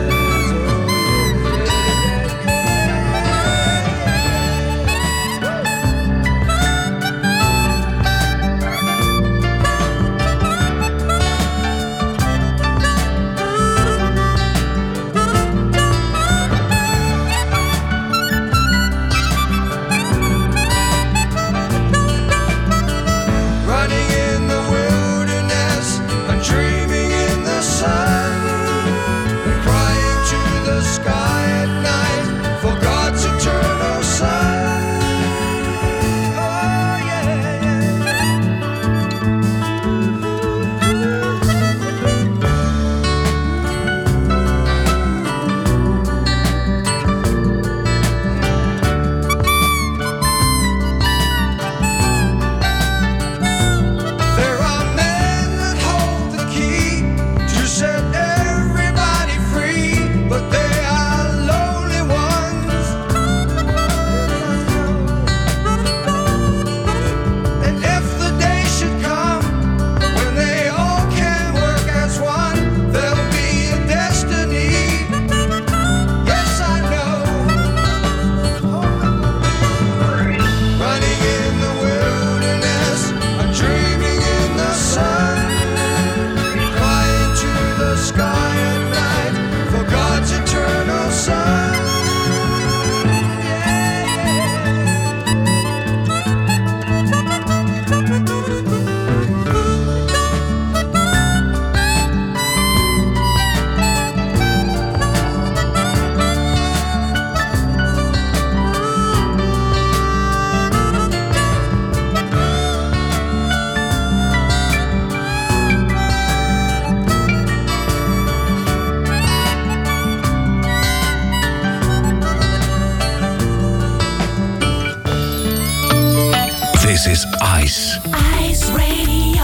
This is Ice. Ice Radio.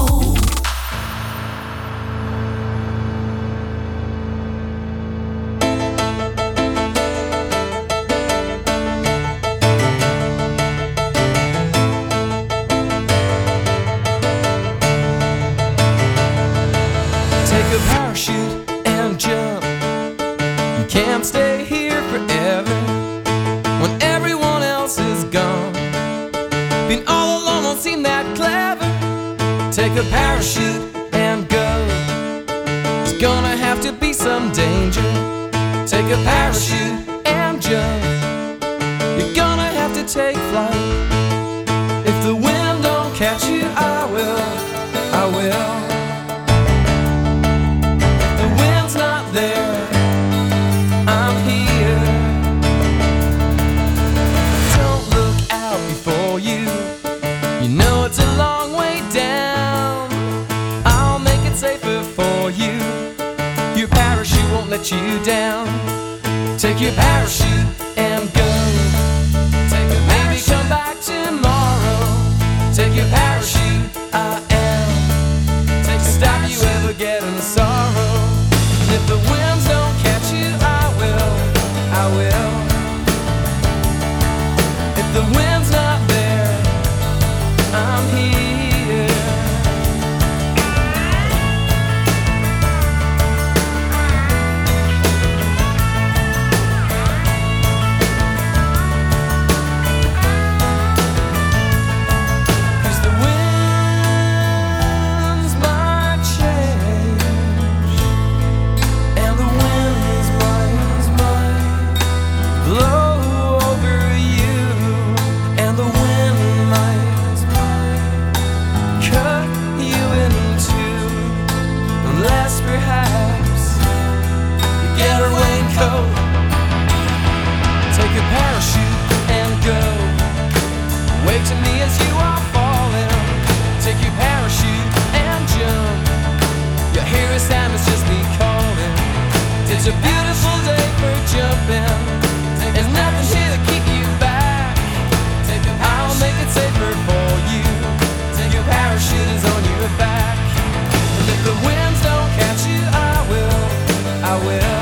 Take a parachute and jump. You can't stay here forever when everyone else is gone. Being all alone won't seem that clever. Take a parachute and go. There's gonna have to be some danger. Take a parachute and jump. You're gonna have to take flight. If the wind don't catch you, I will, I will. If the wind's not there, I'm here. Don't look out before you. You know it's a long way down. it safer for you. Your parachute won't let you down. Take your parachute and go. Take a maybe come back tomorrow. Take your parachute, I am. Take to stop you ever getting sorrow. And if the winds don't catch you, I will, I will. If the wind's not there, I'm here. Take a parachute and go. Wave to me as you are falling. Take your parachute and jump. Your hero Sam is just me calling. It's a beautiful day for jumping. There's nothing here to keep you back. I'll make it safer for you. Your parachute is on your back. And if the winds don't catch you, I will, I will.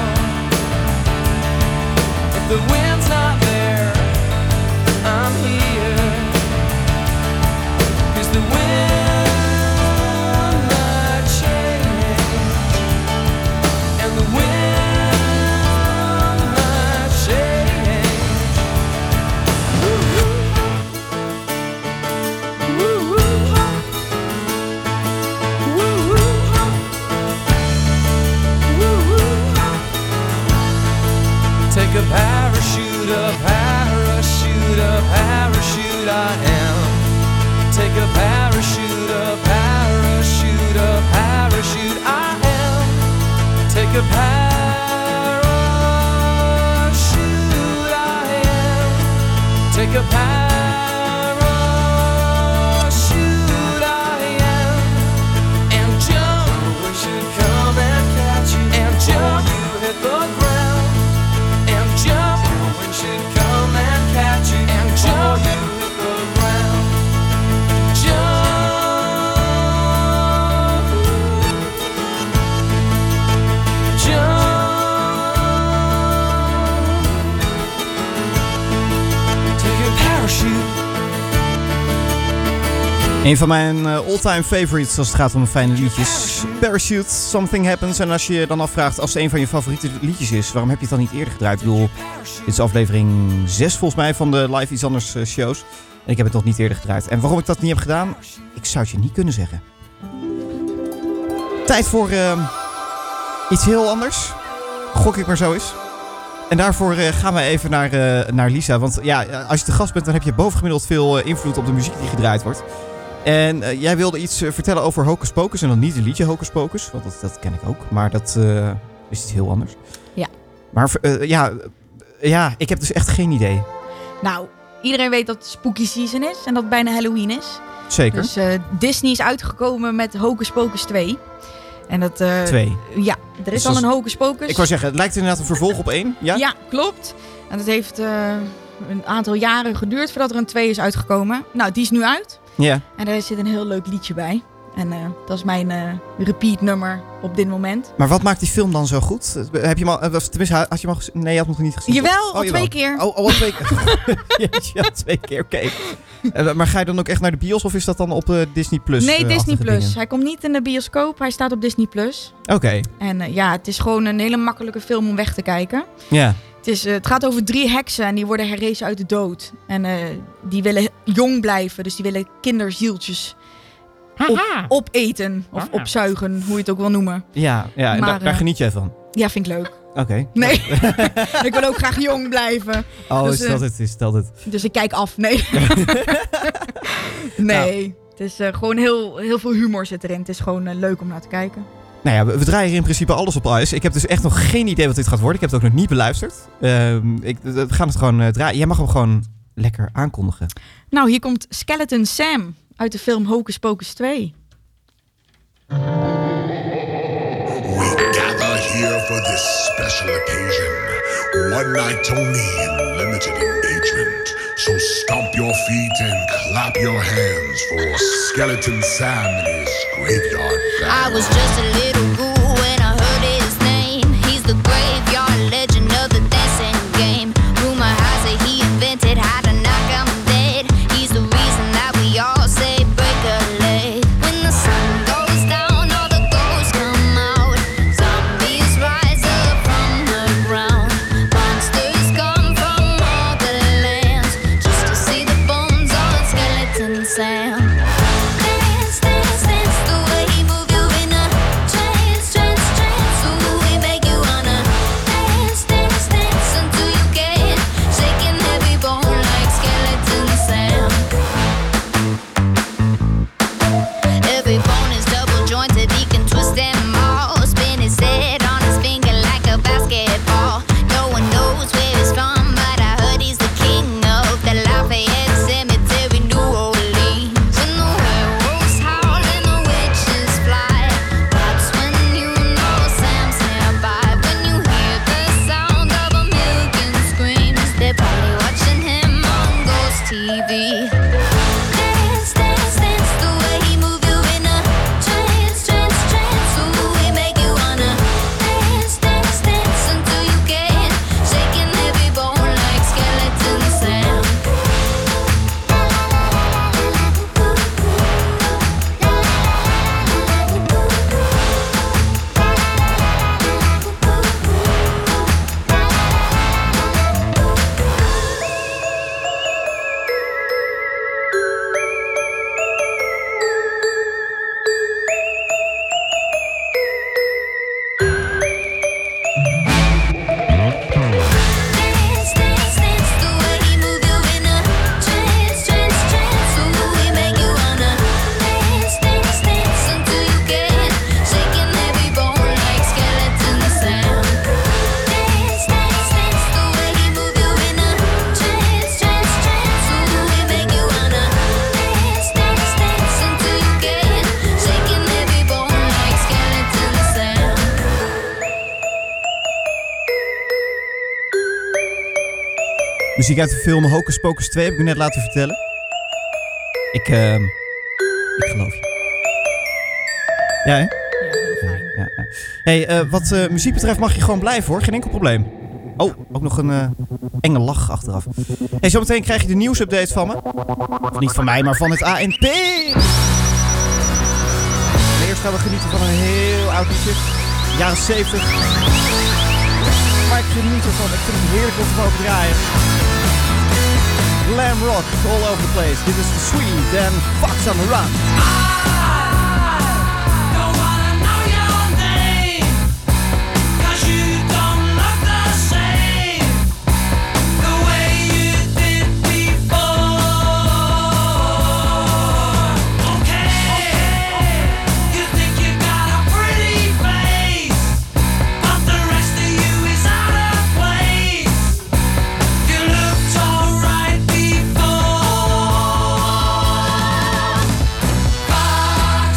If the wind's not there, I'm here. 'Cause the wind might change. And the wind might change. Woo-hoo. Woo-hoo. Woo-hoo. Woo-hoo. Take a parachute, a parachute, a parachute I am. Take a parachute, a parachute, a parachute I am. Take a parachute I am. Take a parachute I am. And jump, we should come and catch you. And jump, you hit the ground. And jump, we should come and catch you. And jump, you hit the ground. Jump, jump. Take your parachute. Een van mijn uh, all-time favorites als het gaat om fijne liedjes. Parachute, Something Happens. En als je je dan afvraagt, als het een van je favoriete liedjes is, waarom heb je het dan niet eerder gedraaid? Ik bedoel, dit is aflevering zes volgens mij van de Live Iets Anders uh, shows. En ik heb het nog niet eerder gedraaid. En waarom ik dat niet heb gedaan, ik zou het je niet kunnen zeggen. Tijd voor uh, iets heel anders. Gok ik maar zo is. En daarvoor uh, gaan we even naar, uh, naar Lisa. Want ja, als je te gast bent, dan heb je bovengemiddeld veel uh, invloed op de muziek die gedraaid wordt. En uh, jij wilde iets uh, vertellen over Hocus Pocus. En dan niet het liedje Hocus Pocus, want dat, dat ken ik ook. Maar dat uh, is iets heel anders. Ja. Maar uh, ja, uh, ja, ik heb dus echt geen idee. Nou, iedereen weet dat het spooky season is en dat het bijna Halloween is. Zeker. Dus uh, Disney is uitgekomen met Hocus Pocus twee. En dat, uh, Twee. Ja, er is Dus al dat een is- Hocus Pocus. Ik wou zeggen, het lijkt inderdaad een vervolg op één. Ja? Ja, klopt. En dat heeft uh, een aantal jaren geduurd voordat er een twee is uitgekomen. Nou, die is nu uit. Ja. En daar zit een heel leuk liedje bij. En uh, dat is mijn uh, repeat nummer op dit moment. Maar wat maakt die film dan zo goed? Heb je hem al, uh, tenminste, had je hem al gezien? Nee, je had hem nog niet gezien. Jawel, toch? al Oh, twee keer. Oh, al twee keer. Jeetje, ja, twee keer, oké. Uh, maar ga je dan ook echt naar de bios of is dat dan op uh, Disney Plus? Nee, uh, Disney achtige Plus. dingen? Hij komt niet in de bioscoop, hij staat op Disney Plus. Oké. En uh, ja, het is gewoon een hele makkelijke film om weg te kijken. Ja. Het, is, uh, het gaat over drie heksen en die worden herrezen uit de dood. En uh, die willen jong blijven, dus die willen kinderzieltjes op, opeten. Of Haha. opzuigen, hoe je het ook wil noemen. Ja, ja en Maar, daar, daar uh, geniet jij van? Ja, vind ik leuk. Oké. Nee, ik wil ook graag jong blijven. Oh, Dus, is uh, dat het? Is dat het? Dus ik kijk af. Nee. nee. Het is uh, gewoon heel, heel veel humor zit erin. Het is gewoon uh, leuk om naar te kijken. Nou ja, we, we draaien hier in principe alles op ijs. Ik heb dus echt nog geen idee wat dit gaat worden. Ik heb het ook nog niet beluisterd. Ehm, ik, we gaan het gewoon uh, draaien. Jij mag hem gewoon lekker aankondigen. Nou, hier komt Skeleton Sam uit de film Hocus Pocus twee. for this special occasion. One night only and limited engagement. So stomp your feet and clap your hands for Skeleton Sam and his graveyard band. I was just a little ghoul when I heard his name. He's the graveyard legend of the dancing game. Rumor has it he invented how to knock 'em dead. He's the reason that we all say break a leg. When the sun goes down, all the ghosts come out. Zombies rise up from the ground. Monsters come from all the lands just to see the bones on Skeleton Sam. Dance, dance, dance, the way he move you in a trance, trance, trance. Ooh, we make you wanna dance, dance, dance until you get shaking every bone like Skeleton Sam. Every bone is double jointed, he can twist them all. Spin his head on his finger like a basketball. No one knows where he's from, but I heard he's the king of the Lafayette Cemetery, New Orleans. When the werewolves howl and the witches fly, that's when you know Sam's nearby. When you hear the sound of a million screams, they're probably watching him on Ghost T V. Dance, dance, dance, the way he move you in a trance, trance, trance. Ooh, we make you wanna dance, dance, dance until you get shaking every bone like Skeleton Sam. Dance, dance, dance, the way he move you in a trance, trance, trance. Ooh, we make you wanna dance, dance, dance until you get shaking every bone like Skeleton Sam. Dance, dance, dance, the way he move you in a trance, trance, trance. Ooh, we make you wanna dance, dance, dance until you get shaking every bone like Skeleton Sam. Muziek uit de film Hocus Pocus twee heb ik u net laten vertellen. Ik, ehm ik geloof je. Ja, hè? Ja, heel fijn. Ja, ja. Hey, eh, wat eh, muziek betreft mag je gewoon blijven hoor, geen enkel probleem. Oh, ook nog een eh, enge lach achteraf. Hey, zometeen krijg je de nieuwsupdate van me. Of niet van mij, maar van het A N P. En eerst gaan we genieten van een heel oud liedje. Jaren zeventig. Maar ik geniet ervan, ik vind het heerlijk om te mogen draaien. Glam rock, all over the place. Dit is The Sweet and Fox on the Run. Before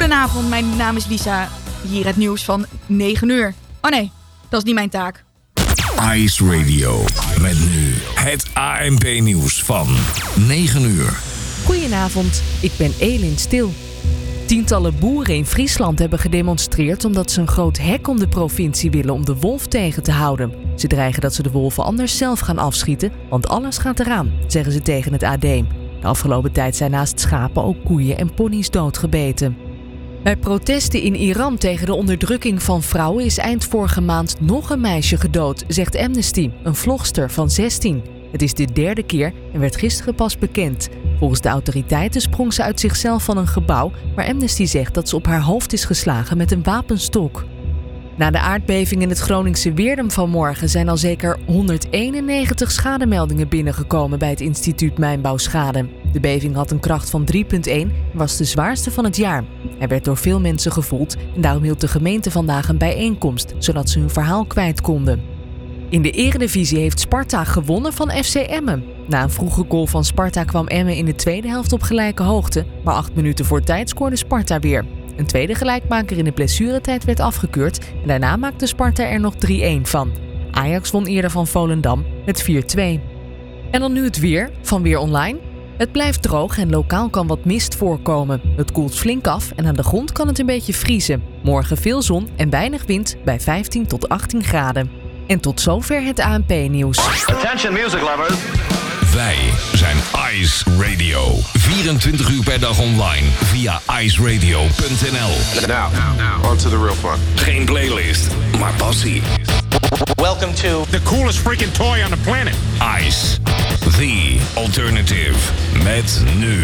Goedenavond, mijn naam is Lisa. Hier het nieuws van negen uur. Oh nee, dat is niet mijn taak. Ice Radio. Met nu het A N P-nieuws van negen uur. Goedenavond, ik ben Elin Stil. Tientallen boeren in Friesland hebben gedemonstreerd omdat ze een groot hek om de provincie willen om de wolf tegen te houden. Ze dreigen dat ze de wolven anders zelf gaan afschieten, want alles gaat eraan, zeggen ze tegen het A D. De afgelopen tijd zijn naast schapen ook koeien en ponies doodgebeten. Bij protesten in Iran tegen de onderdrukking van vrouwen is eind vorige maand nog een meisje gedood, zegt Amnesty, een vlogster van zestien. Het is de derde keer en werd gisteren pas bekend. Volgens de autoriteiten sprong ze uit zichzelf van een gebouw, maar Amnesty zegt dat ze op haar hoofd is geslagen met een wapenstok. Na de aardbeving in het Groningse Weerdum vanmorgen zijn al zeker honderdeenennegentig schademeldingen binnengekomen bij het instituut Mijnbouwschade. De beving had een kracht van drie komma één en was de zwaarste van het jaar. Hij werd door veel mensen gevoeld en daarom hield de gemeente vandaag een bijeenkomst, zodat ze hun verhaal kwijt konden. In de Eredivisie heeft Sparta gewonnen van F C Emmen. Na een vroege goal van Sparta kwam Emmen in de tweede helft op gelijke hoogte, maar acht minuten voor tijd scoorde Sparta weer. Een tweede gelijkmaker in de blessuretijd werd afgekeurd en daarna maakte Sparta er nog drie-een van. Ajax won eerder van Volendam met vier twee. En dan nu het weer van Weer Online. Het blijft droog en lokaal kan wat mist voorkomen. Het koelt flink af en aan de grond kan het een beetje vriezen. Morgen veel zon en weinig wind bij vijftien tot achttien graden. En tot zover het A N P-nieuws. Attention music lovers. Wij zijn Ice Radio. vierentwintig uur per dag online via ice radio punt n l. Now, on to the real fun. Geen playlist, maar passie. Welcome to the coolest freaking toy on the planet. Ice, the alternative. Met nu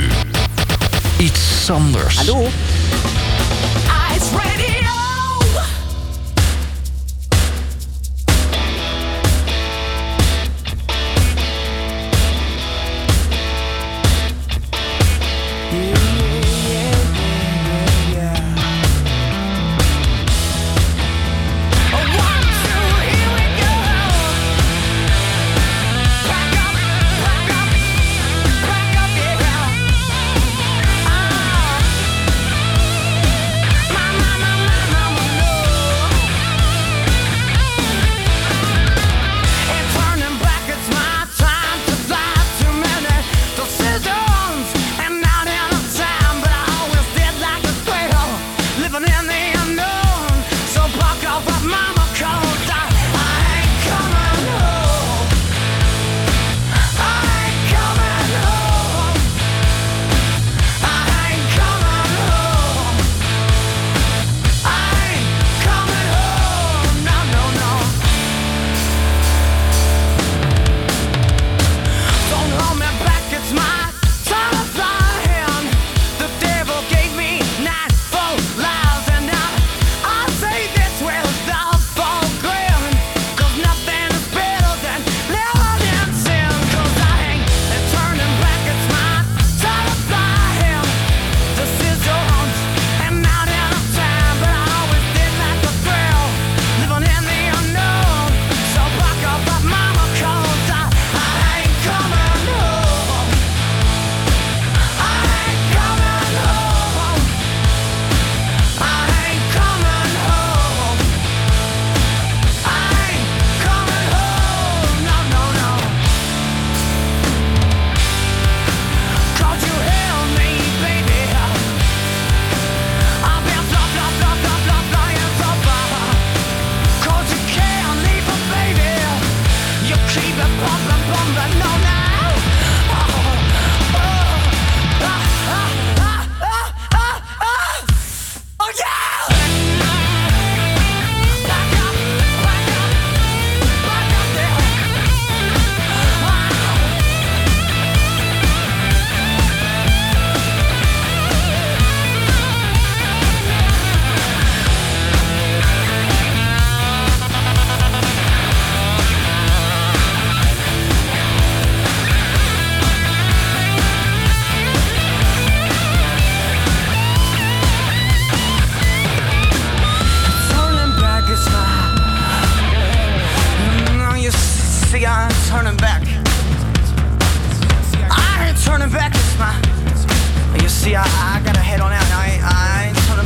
iets anders. Hallo. Ice Radio.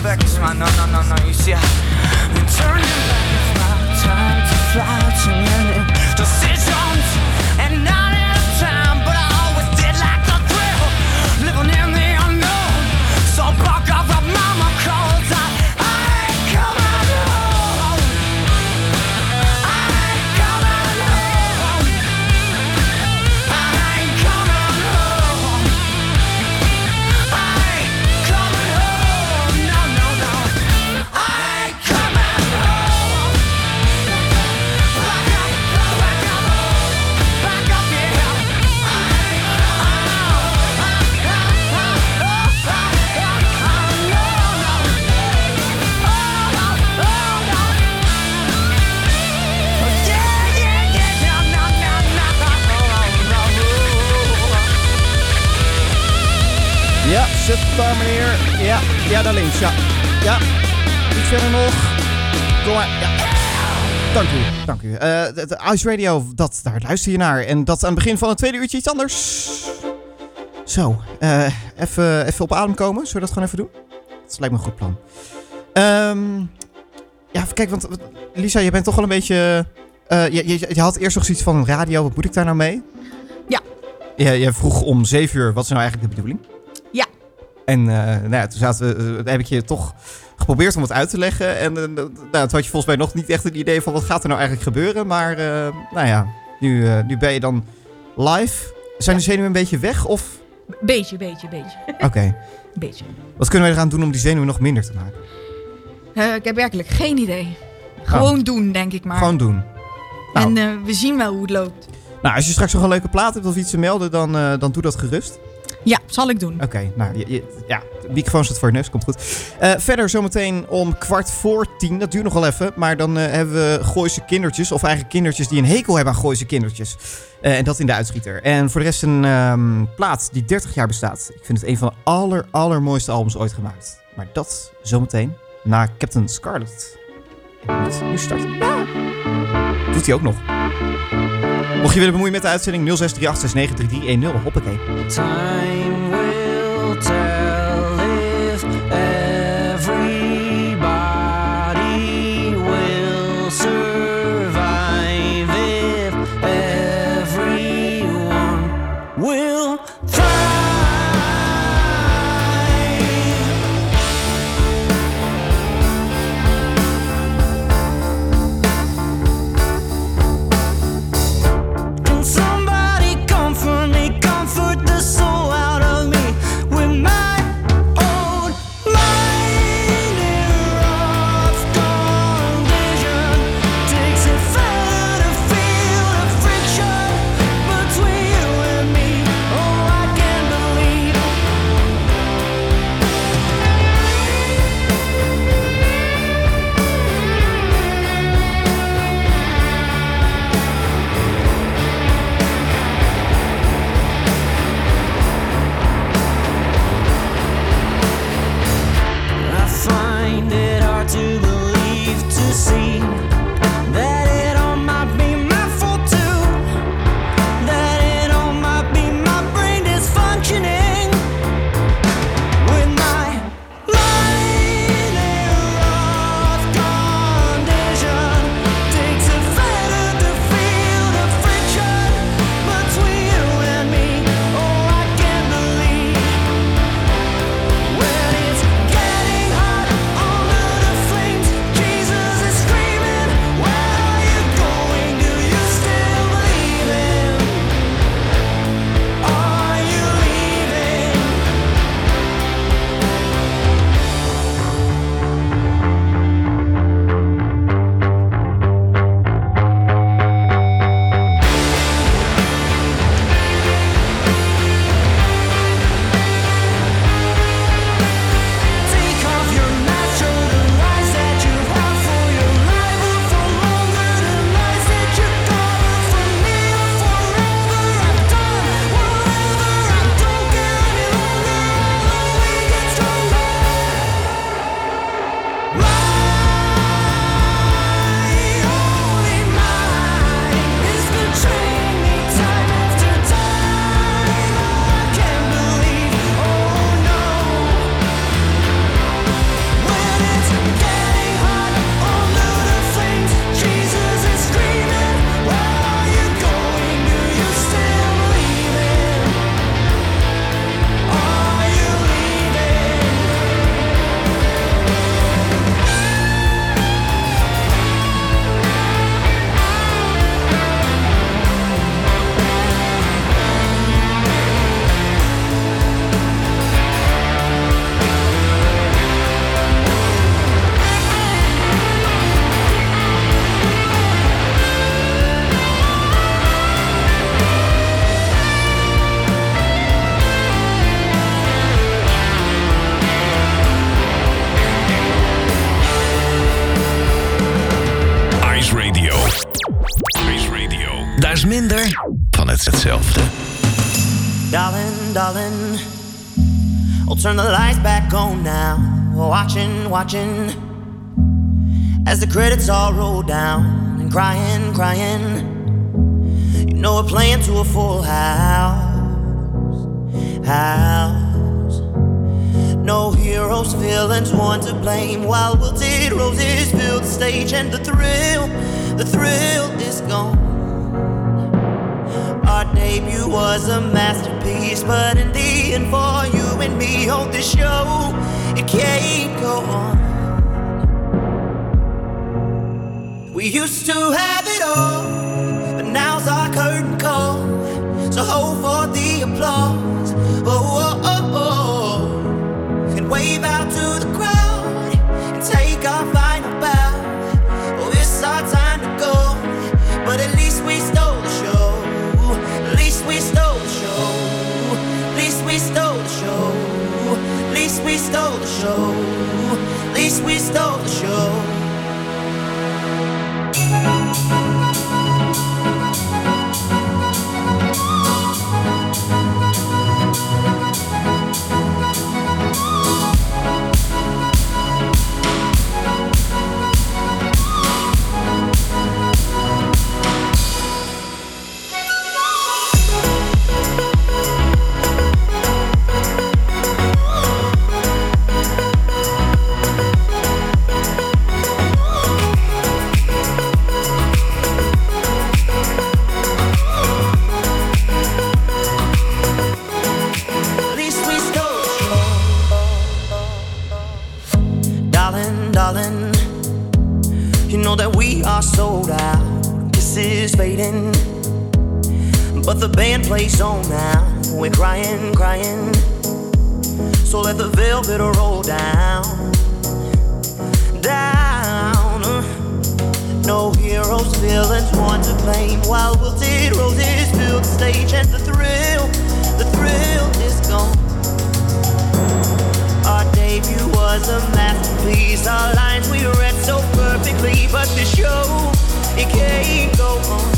back is mine. No, no, no, no. You see, I've been turning back. It's my time to fly. Too many decisions and not enough time, but I always did like the thrill, living in the unknown. So buck up what mama calls. I, I ain't coming home. I ain't coming home. I ain't coming home. I ain't coming home. No, no, no. I ain't coming home. Back up, back up, back up, yeah. Ja, zet daar meneer. Ja, ja, daar links, ja. Ja, iets verder nog. Kom maar, ja. Dank u, dank u. Uh, de, de Ice Radio, dat, daar luister je naar. En dat aan het begin van het tweede uurtje iets anders. Zo, uh, even, even op adem komen. Zullen we dat gewoon even doen? Dat lijkt me een goed plan. Um, ja, kijk, want Lisa, je bent toch wel een beetje... Uh, je, je, je had eerst nog zoiets van radio, wat moet ik daar nou mee? Ja. Je, je vroeg om zeven uur, wat is nou eigenlijk de bedoeling? Ja. En uh, nou ja, toen zaten we, uh, heb ik je toch geprobeerd om het uit te leggen. En uh, nou, toen had je volgens mij nog niet echt een idee van wat gaat er nou eigenlijk gebeuren. Maar uh, nou ja, nu, uh, nu ben je dan live. Zijn de zenuwen een beetje weg of... Beetje, beetje, beetje. Oké. Okay. Beetje. Wat kunnen wij eraan doen om die zenuwen nog minder te maken? Uh, ik heb werkelijk geen idee. Gewoon oh. doen, denk ik maar. Gewoon doen. Nou. En uh, we zien wel hoe het loopt. Nou, als je straks nog een leuke plaat hebt of iets te melden, dan, uh, dan doe dat gerust. Ja, zal ik doen. Oké, okay, nou, je, je, ja, de microfoon staat voor je neus, komt goed. Uh, verder zometeen om kwart voor tien, dat duurt nog wel even, maar dan uh, hebben we Gooise kindertjes, of eigenlijk kindertjes die een hekel hebben aan Gooise kindertjes. Uh, en dat in de uitschieter. En voor de rest een um, plaat die dertig jaar bestaat. Ik vind het een van de aller, allermooiste albums ooit gemaakt. Maar dat zometeen na Captain Scarlet. En nu starten. Ja. Doet hij ook nog. Mocht je willen bemoeien met de uitzending nul zes drie acht zes negen drie drie een nul. Hoppakee. Time will tell if everybody will survive, if everyone will thrive. Can somebody comfort me, comfort the soul out of minder van het hetzelfde. Darling, darling, I'll turn the lights back on now. Watching, watching, as the credits all roll down. And crying, crying, you know we're playing to a full house, house. No heroes, villains, one to blame. While wilted roses fill the stage, and the thrill, the thrill is gone. Our debut was a masterpiece, but in the end, for you and me on this show, it can't go on. We used to have it all, but now's our curtain call. So hold for the applause. Oh, oh, oh, oh. And wave out to the crowd and take our final bow. Oh, it's our time to go, but at least we stole the show. At least we stole the show. At least we stole the show. At least we stole the show. At least we stole the show. Sold out, this is fading, but the band plays on now. We're crying, crying, so let the velvet roll down, down. No heroes, villains, one to blame. While wilted roses fill the stage, and the thrill, the thrill is gone. Our debut was a masterpiece. Our lines we read so perfectly, but the show, it can't go on.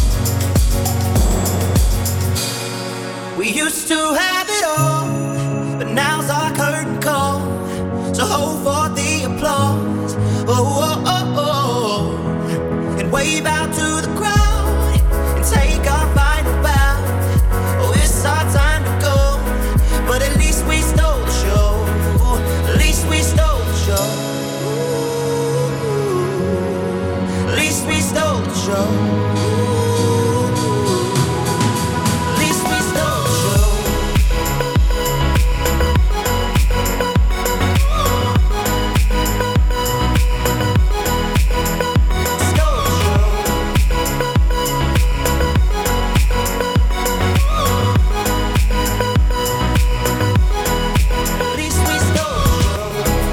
We used to have it all, but now's our curtain call. So hold for the applause. Oh, oh, oh, oh. And wave out to the crowd and take our final bow. Oh, it's our time to go, but at least we stole the show. At least we stole the show. At least we stole the show. At least we stole the show. Stole the show. At least we stole the show.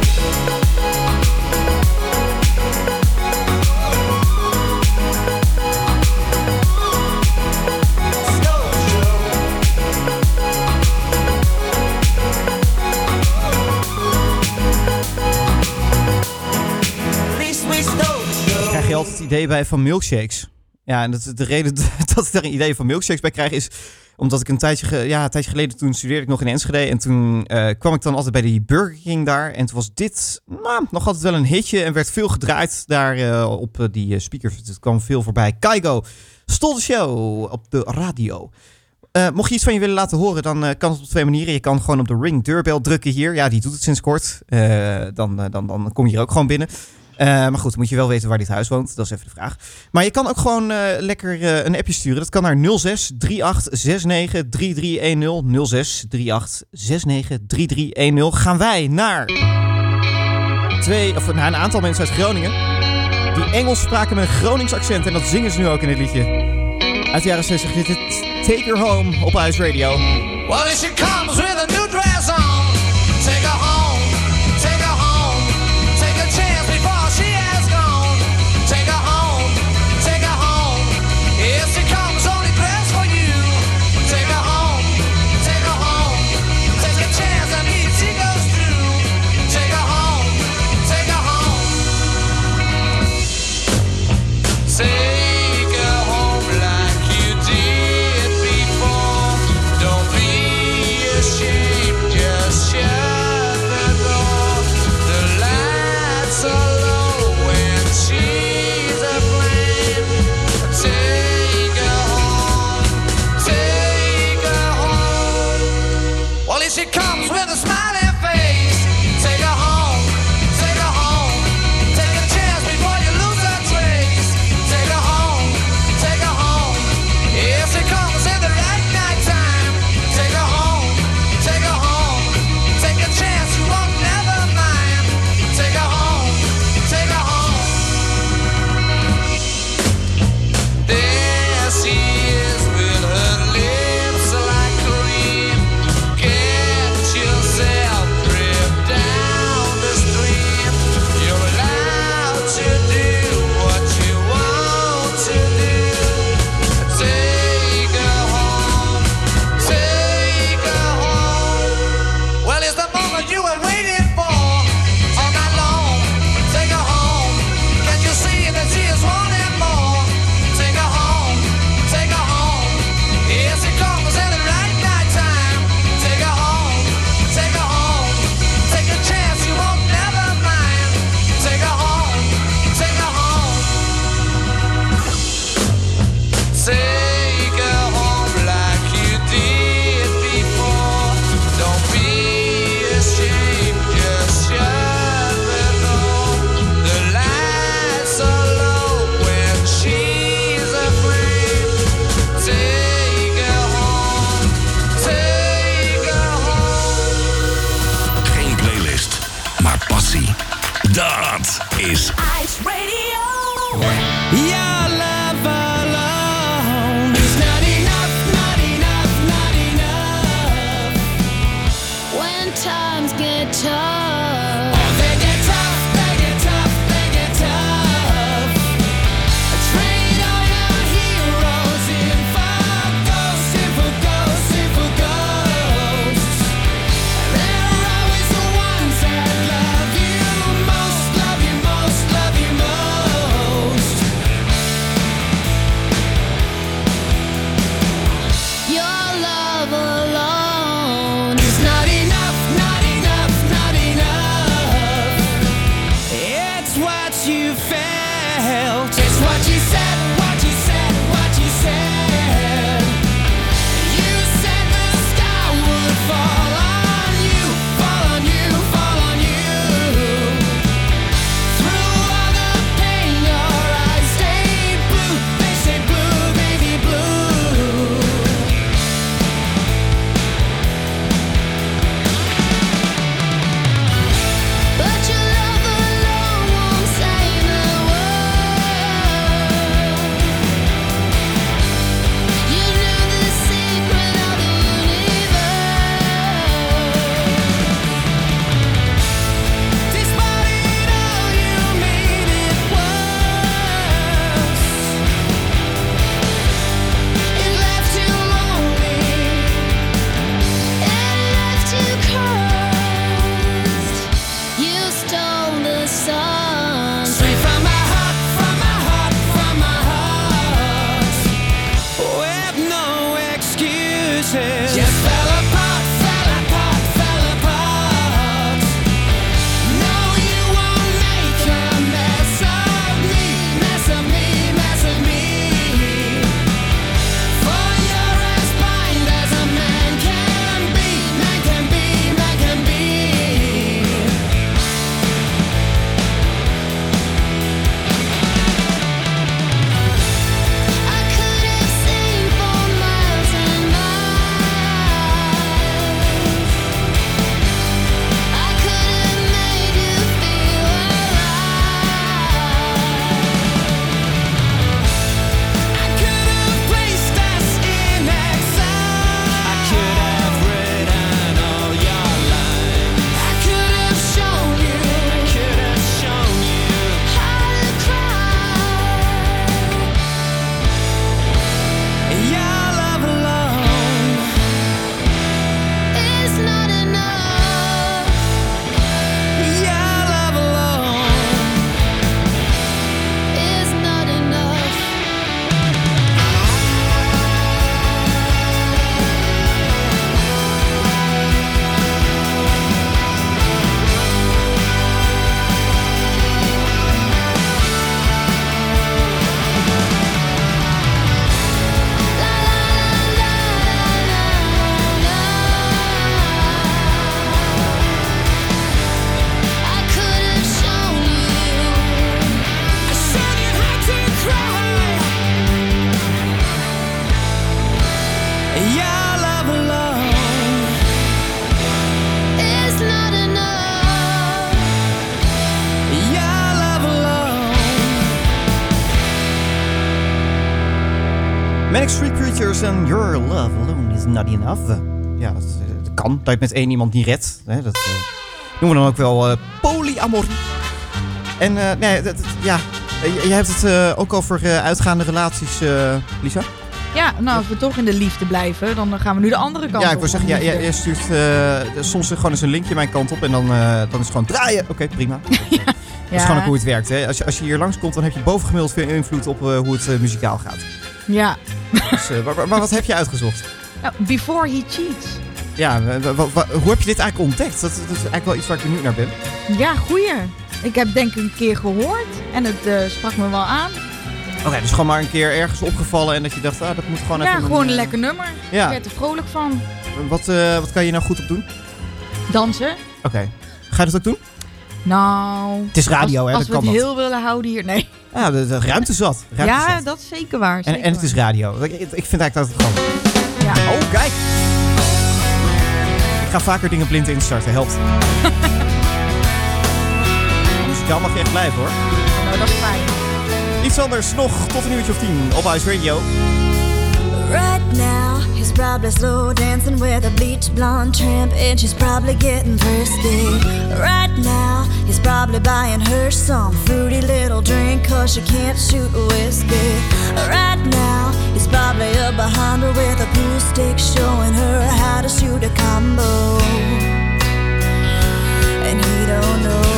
Daar krijg je altijd het idee bij van milkshakes. Ja, en dat, de reden dat ik daar een idee van milkshakes bij krijg is omdat ik een tijdje, ge, ja, een tijdje geleden, toen studeerde ik nog in Enschede. En toen uh, kwam ik dan altijd bij die Burger King daar. En toen was dit nou, nog altijd wel een hitje. En werd veel gedraaid daar uh, op uh, die uh, speakers. Het kwam veel voorbij. Kygo stol de show op de radio. Uh, mocht je iets van je willen laten horen, dan uh, kan het op twee manieren. Je kan gewoon op de Ring deurbel drukken hier. Ja, die doet het sinds kort. Uh, dan, uh, dan, dan kom je hier ook gewoon binnen. Uh, maar goed, moet je wel weten waar dit huis woont. Dat is even de vraag. Maar je kan ook gewoon uh, lekker uh, een appje sturen. Dat kan naar nul zes drie acht zes negen drie drie een nul. nul zes drie acht zes negen drie drie een nul. Gaan wij naar twee, of naar een aantal mensen uit Groningen die Engels spraken met een Gronings accent. En dat zingen ze nu ook in het liedje. Uit de jaren zestig. Dit is Take Her Home op Ice Radio. Well, if she comes with a new dress on, take her home, take her home, take a chance before she has gone. Take her home, take her home. If she comes only dressed for you, take her home, take her home, take a chance and if she goes through, take her home, take her home. Take her home like you did. passie. Dat is Ice Radio. Your love alone is not enough, not enough, not enough. When times get tough. Oh, they get tough, they get tough, they get tough. Trade all your heroes in for ghosts, in for ghosts, in for ghosts. They're always the ones that love you most, love you most, love you most. Your love alone It's not enough, not enough, not enough. It's what you felt. It's what you said, what you said, what you said. You said the sky would fall on you, fall on you, fall on you. Through all the pain, your eyes stay blue. They stay blue, baby blue. But your love alone won't save the world. You knew the secret of the universe. Despite it all, you made it worse. It left you lonely. It left you cursed. You stole the sun. Straight from my heart, from my heart, from my heart. With no excuses. Just fell apart, fell apart, fell apart. No, you won't make a mess of me, mess of me, mess of me. For you're as blind as a man can be, man can be, man can be. I could have seen for miles and miles. I could have made you feel alive. I could have placed us in exile. I could have written all your lines. I could have shown you. I could have shown you How to cry. your love alone. It's not enough. Your love alone. It's not enough. I could have shown you. I showed you how to cry. Your love alone. It's not enough. Your love alone. Manic Street Preachers en Your Love Alone is Not Enough. Ja, dat, eh, dat kan. Dat je het met één iemand niet redt. Hè, dat eh, noemen we dan ook wel eh, polyamorie. En eh, nee, dat, dat- ja, eh, je, je hebt het eh, ook over eh, uitgaande relaties, eh, Lisa. Ja, nou, als we toch in de liefde blijven, dan gaan we nu de andere kant Ja, ik op. wil zeggen, jij, jij, jij stuurt eh, soms gewoon eens een linkje mijn kant op en dan, eh, dan is het gewoon draaien. Oké, prima. Dat is gewoon ook hoe het werkt. Hè. Als, je, als je hier langskomt, dan heb je bovengemiddeld veel invloed op eh, hoe het eh, muzikaal gaat. Ja. Dus, eh, maar, maar- maar wat heb je uitgezocht? Nou, Before He Cheats. Ja, wa- wa- wa- hoe heb je dit eigenlijk ontdekt? Dat, dat is eigenlijk wel iets waar ik benieuwd naar ben. Ja, goeie. Ik heb denk ik een keer gehoord en het eh, sprak me wel aan. Oké, dus gewoon maar een keer ergens opgevallen en dat je dacht, ah, dat moet gewoon Ja, even... gewoon een eh, lekker nummer. Ja. Ik werd er vrolijk van. Wat, eh, wat kan je nou goed op doen? Dansen. Oké. Ga je dat ook doen? Nou... Het is radio, als, hè, Als dat we kan het dat. heel willen houden hier, nee. Ja, de, de ruimte zat. Ruimte Ja, zat. dat is zeker waar. En, zeker en het is waar. radio. Ik, ik vind eigenlijk dat het gewoon... Ja. Oh, kijk! Ik ga vaker dingen blind instarten, helpt. muzikaal mag je echt blijven hoor. Nou, dat is fijn. Iets anders nog tot een uurtje of tien op Ice Radio. Right now, he's probably slow dancing with a bleach blonde tramp, and she's probably getting frisky. Right now, he's probably buying her some fruity little drink, cause she can't shoot whiskey. Right now, he's probably up behind her with a pool stick, showing her how to shoot a combo. And he don't know.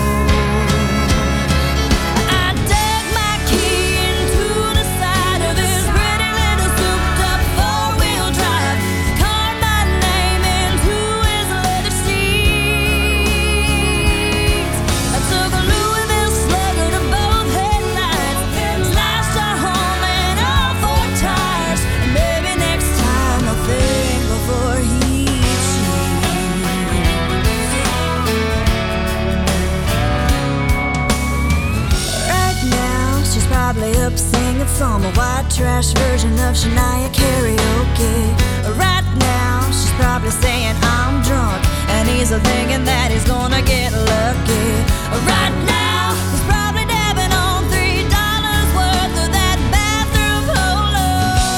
Up singing some white trash version of Shania karaoke. Right now, she's probably saying I'm drunk, and he's thinking that he's gonna get lucky. Right now, he's probably dabbing on three dollars worth of that bathroom polo.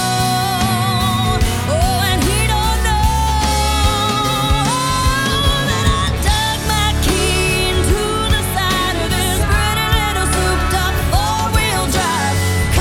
Oh, and he don't know that I dug my key into the side of his pretty little souped-up four-wheel drive.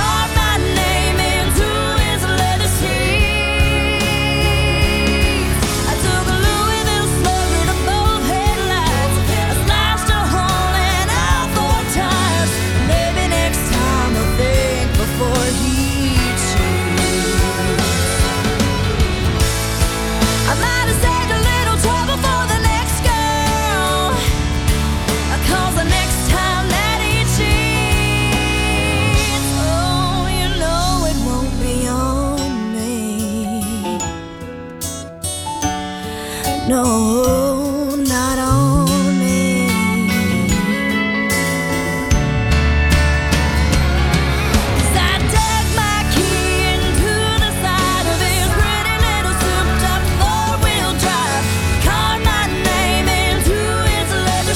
No, not on me. 'Cause I dug my key into the side of his pretty little souped-up four-wheel drive, carved my name into its leather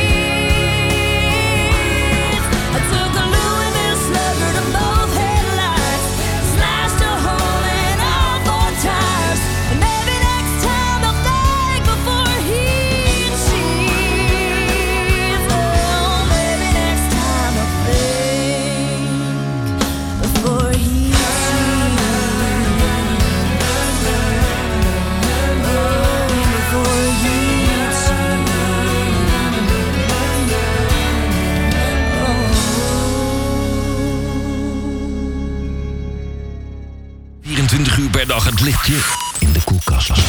seats. I took a Louisville slugger to both headlights, slashed a hole in all four tires, and maybe next time I'll think before he cheats. Oh, maybe next time I'll think before he cheats. Oh, before he vierentwintig uur per dag het lichtje in de koelkast brandt.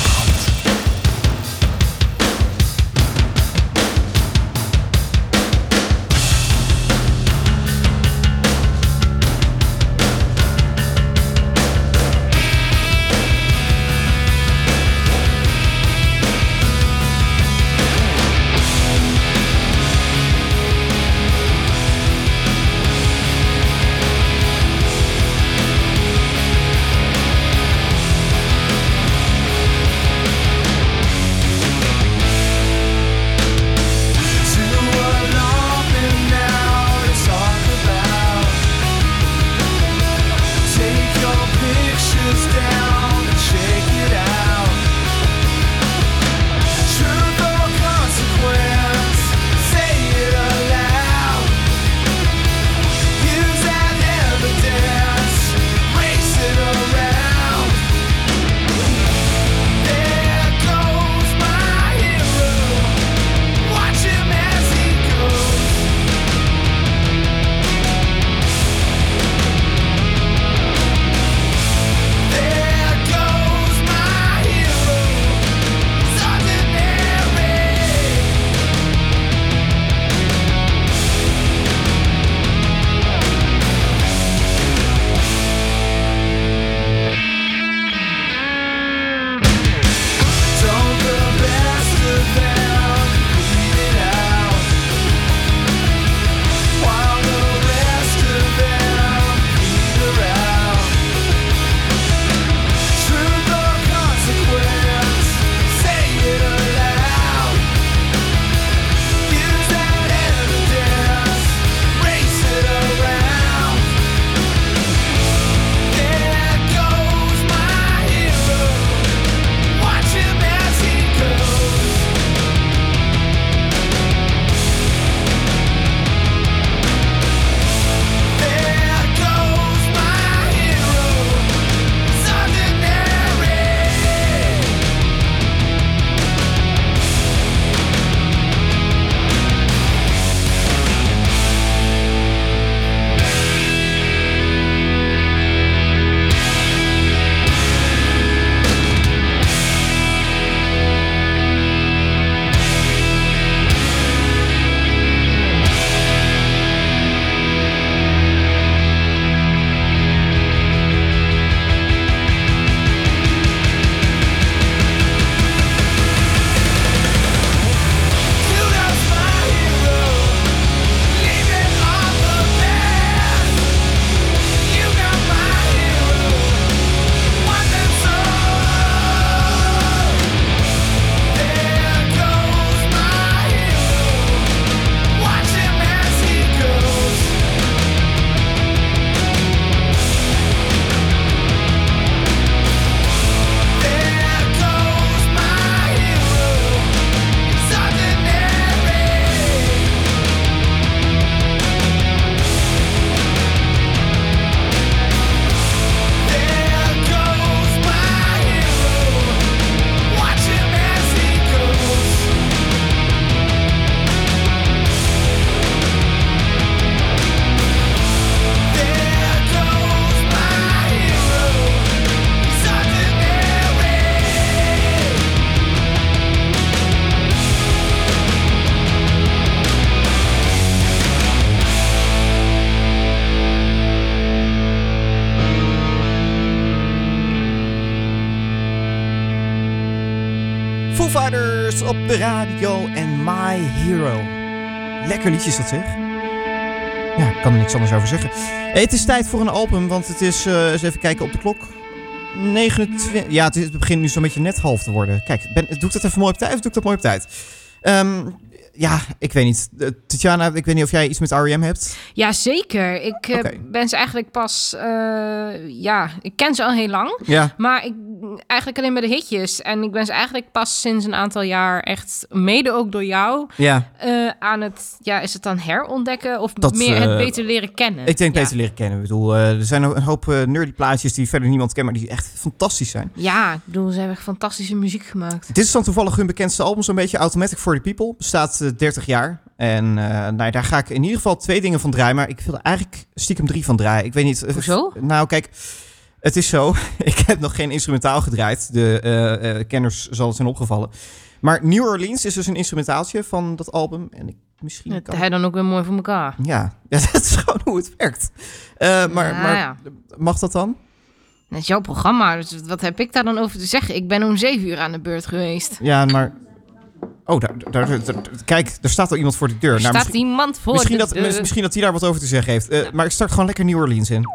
Riders op de radio en My Hero. Lekker liedjes dat zeg. Ja, ik kan er niks anders over zeggen. Hey, het is tijd voor een album, want het is, uh, eens even kijken op de klok. negenentwintig Ja, het, is, het begint nu zo'n beetje net half te worden. Kijk, ben, doe ik dat even mooi op tijd of doe ik dat mooi op tijd? Um, ja, ik weet niet. Uh, Tatjana, ik weet niet of jij iets met R E M hebt? Ja, zeker. Ik uh, Okay. ben ze eigenlijk pas... Uh, ja, ik ken ze al heel lang. Ja. Maar ik, eigenlijk alleen maar de hitjes. En ik ben ze eigenlijk pas sinds een aantal jaar echt, mede ook door jou... Ja. Uh, aan het, ja, is het dan herontdekken? Of Dat, meer uh, het beter leren kennen? Ik denk ja. beter leren kennen. Ik bedoel, uh, er zijn een hoop uh, nerdy plaatjes die verder niemand kent, maar die echt fantastisch zijn. Ja, ik bedoel, ze hebben echt fantastische muziek gemaakt. Dit is dan toevallig hun bekendste album, zo'n beetje Automatic for the People. Bestaat uh, dertig jaar. En uh, nou, daar ga ik in ieder geval twee dingen van draaien, maar ik wil er eigenlijk stiekem drie van draaien. Ik weet niet. Hoezo? Uh, nou, kijk, het is zo. Ik heb nog geen instrumentaal gedraaid. De uh, uh, kenners zal het zijn opgevallen. Maar New Orleans is dus een instrumentaaltje van dat album. En ik misschien Dat kan... hij dan ook weer mooi voor elkaar. Ja, ja, dat is gewoon hoe het werkt. Uh, maar, Ja, maar ja. mag dat dan? Dat is jouw programma, dus wat heb ik daar dan over te zeggen? Ik ben om zeven uur aan de beurt geweest. Ja, maar... Oh, daar, daar, daar- daar- kijk, er staat al iemand voor de deur. Er Nou, staat misschien, iemand voor misschien de dat, deur. Misschien dat hij daar wat over te zeggen heeft. Uh, maar ik start gewoon lekker New Orleans in.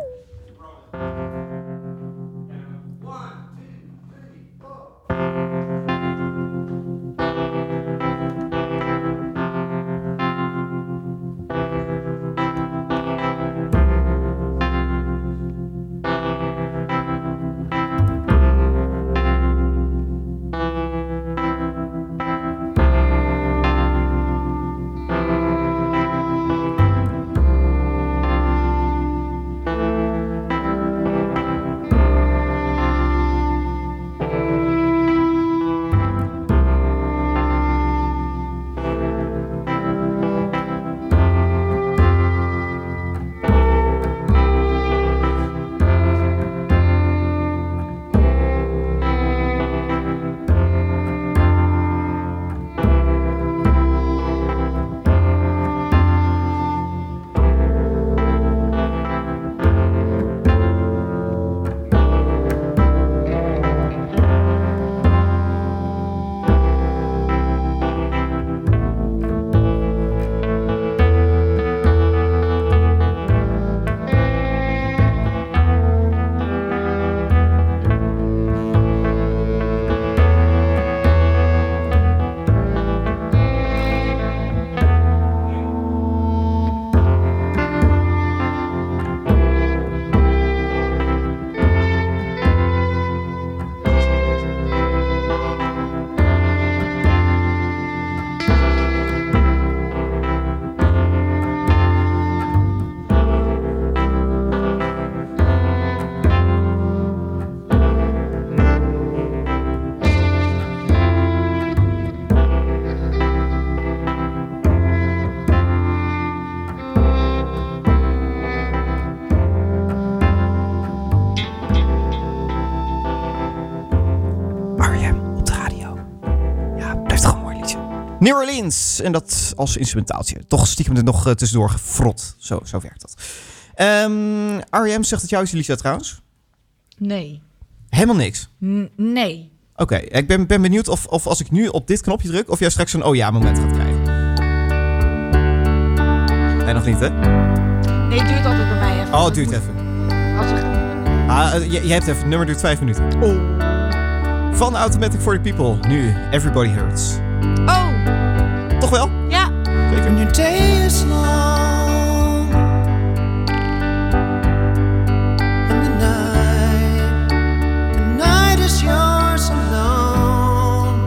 New Orleans. En dat als instrumentaaltje. Toch stiekem er nog uh, tussendoor gefrot. Zo, zo werkt dat. Um, R E M zegt het jou iets, Lisa, trouwens? Nee. Helemaal niks? N- nee. Oké, okay, ik ben, ben benieuwd of, of als ik nu op dit knopje druk... of jij straks een oh ja moment gaat krijgen. Nee, nog niet, hè? Nee, het duurt altijd bij mij even. Oh, het duurt even. Als ik... Ah, uh, je, je hebt even. Het nummer duurt vijf minuten. Oh. Van Automatic for the People. Nu, Everybody Hurts. Oh. Toch wel? Ja. Zeker. When your day is long and the night, the night is yours alone.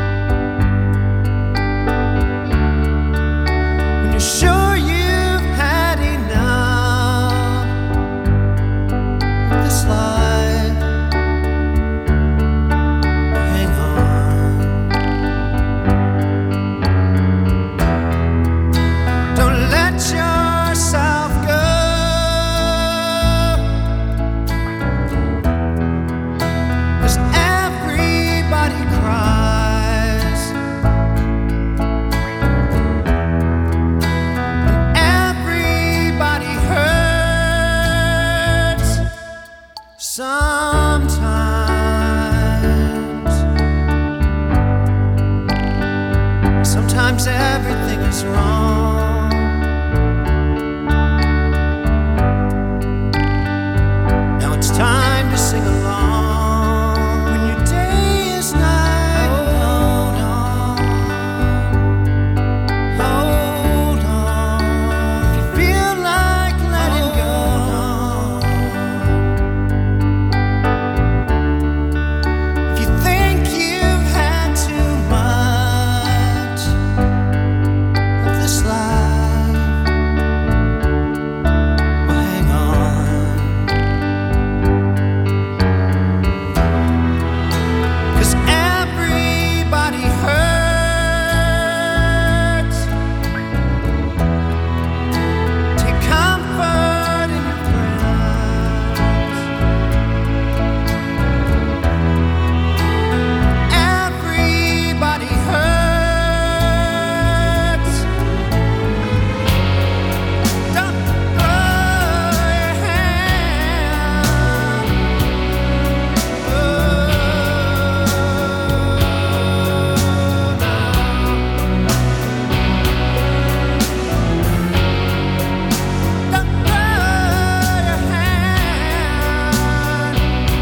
When you're sure you've had enough of this life, hang on. Sometimes everything is wrong. Now it's time to sing along. When your day is night, hold on, hold on. If you feel like letting go, if you think you've had too much of this life, well, hang on. 'Cause everybody hurts. Take comfort in your friends. Everybody hurts. Don't throw your hand. Don't throw your hand.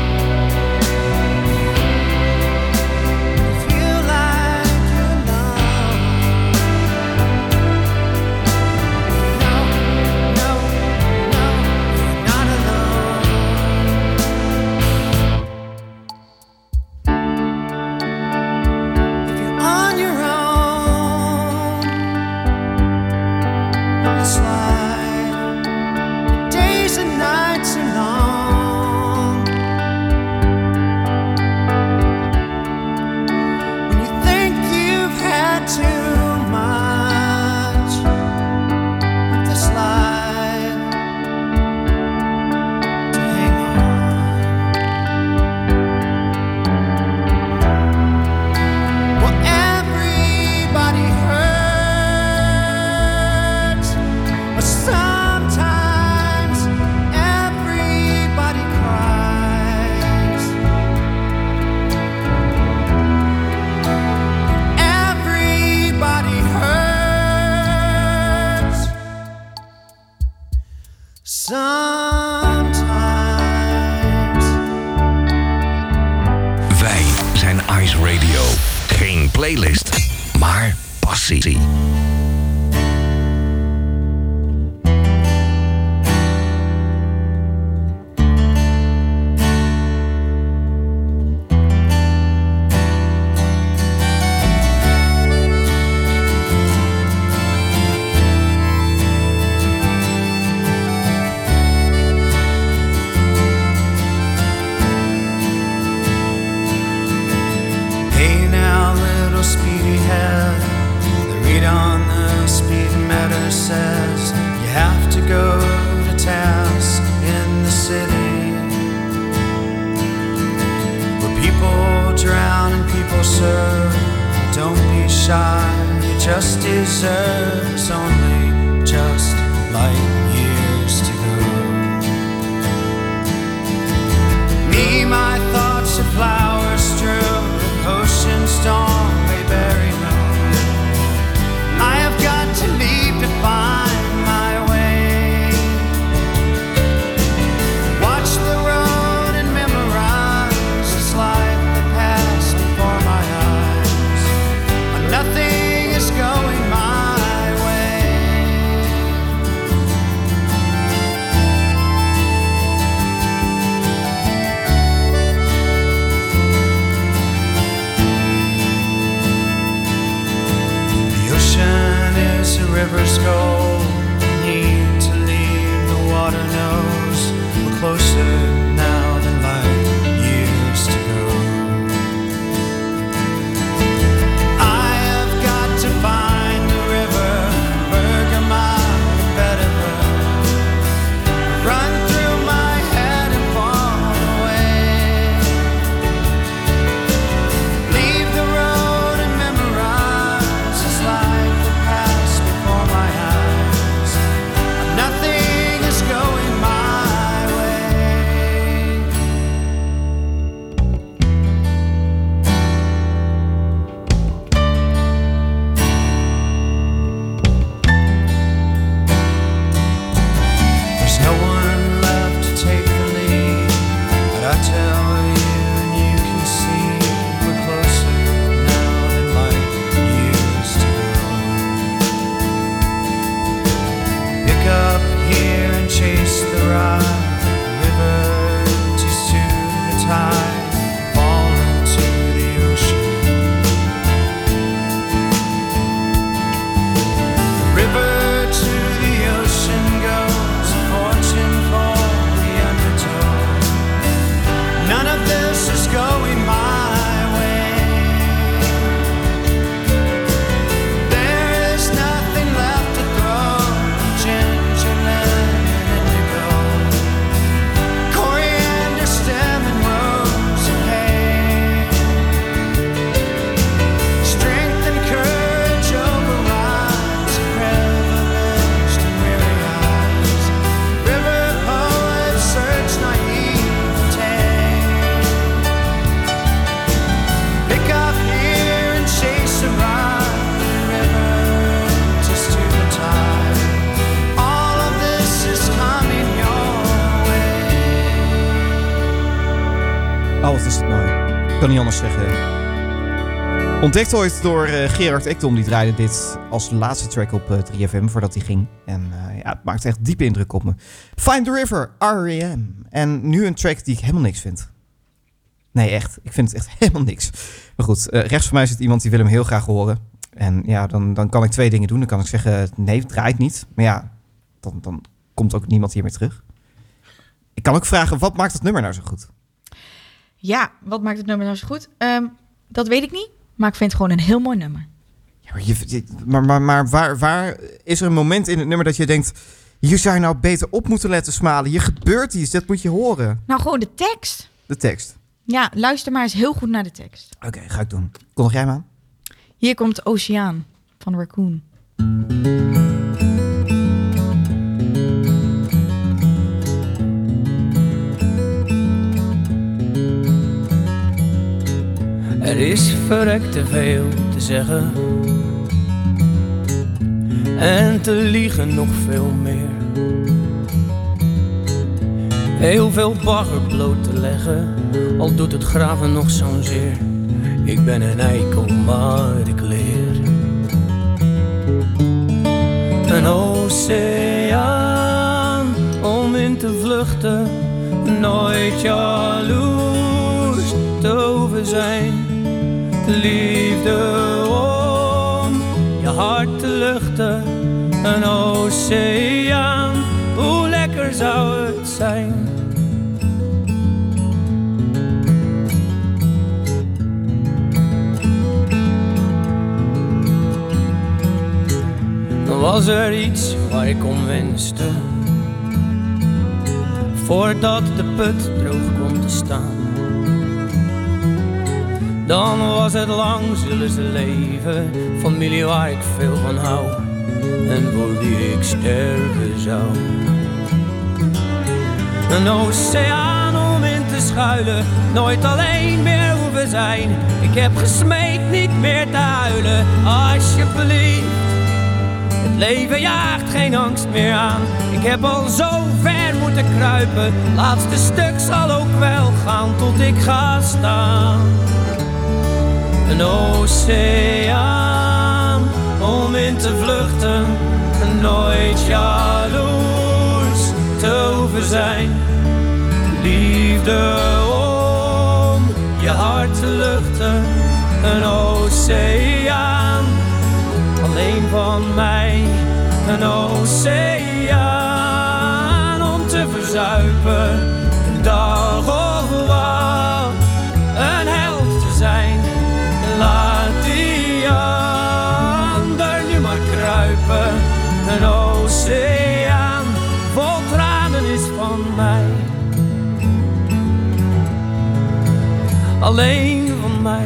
Feel like you're alone. No, no, no, you're not alone. If you're on your own on this life, the days and nights are long. When you think you've had too much of this life, to hang on. Well, everybody hurts, but sometimes everybody cries. Everybody hurts sometimes. Wij zijn Ice Radio. Geen playlist, maar passie. Hey now, little speedy head, the read on the speedometer says you have to go to task in the city, where people drown and people serve. Don't be shy, you just deserve only just light years to go. Me, my thoughts are flowers strewn, ocean storm may bury me. I have got to leave to find my way. Watch the road and memorize this life that passed before my eyes. Nothing is going my way. The ocean is a river's goal. Need to leave, the water knows. We're closer now than light years to go. I have got to find the river, Bergamot, Vetiver. Run through my head and fall away. Leave the road and memorize this life that passed before my eyes. Nothing is going my way. wat is het mooi. Ik kan niet anders zeggen. Ontdekt ooit door uh, Gerard Ekdom. Die draaide dit als laatste track op uh, drie F M voordat hij ging. En uh, ja, het maakt echt diepe indruk op me. Find the River, R E M. En nu een track die ik helemaal niks vind. Nee, echt. Ik vind het echt helemaal niks. Maar goed, uh, rechts van mij zit iemand die wil hem heel graag horen. En ja, dan, dan kan ik twee dingen doen. Dan kan ik zeggen, nee, het draait niet. Maar ja, dan, dan komt ook niemand hier meer terug. Ik kan ook vragen, wat maakt het nummer nou zo goed? Ja, wat maakt het nummer nou zo goed? Um, dat weet ik niet, maar ik vind het gewoon een heel mooi nummer. Ja, maar je, je, maar, maar, maar waar, waar is er een moment in het nummer dat je denkt... hier zou je nou beter op moeten letten, Smalen. Hier gebeurt iets, dat moet je horen. Nou, gewoon de tekst. De tekst. Ja, luister maar eens heel goed naar de tekst. Oké, okay, ga ik doen. Kondig jij hem aan? Hier komt Oceaan van Raccoon. Er is verrekt te veel te zeggen en te liegen nog veel meer. Heel veel bagger bloot te leggen, al doet het graven nog zo'n zeer. Ik ben een eikel, maar ik leer. Een oceaan om in te vluchten, nooit jaloers te over zijn. Liefde om je hart te luchten, een oceaan, hoe lekker zou het zijn. Dan was er iets waar ik om wenste, voordat de put droog kwam te staan. Dan was het lang zullen ze leven, familie waar ik veel van hou en voor wie ik sterven zou. Een oceaan om in te schuilen, nooit alleen meer hoeven zijn. Ik heb gesmeekt niet meer te huilen, alsjeblieft. Het leven jaagt geen angst meer aan, ik heb al zo ver moeten kruipen. Laatste stuk zal ook wel gaan tot ik ga staan. Een oceaan om in te vluchten, nooit jaloers te hoeven zijn. Liefde om je hart te luchten, een oceaan alleen van mij. Een oceaan om te verzuipen, een dag of wat, een held te zijn. Laat die ander nu maar kruipen. Een oceaan vol tranen is van mij. Alleen van mij.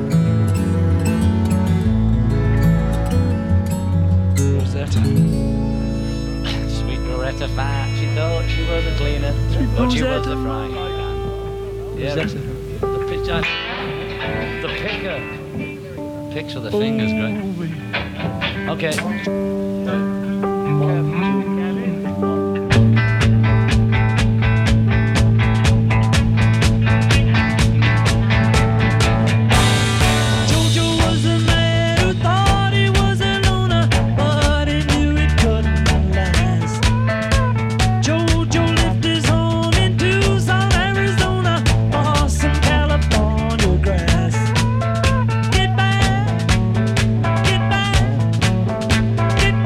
Rosetta. Sweet Rosetta Fat. She thought she was a cleaner, but she was the frying pan. Yeah, the, the pitch. The picker. Picks with the fingers, great. Okay. Get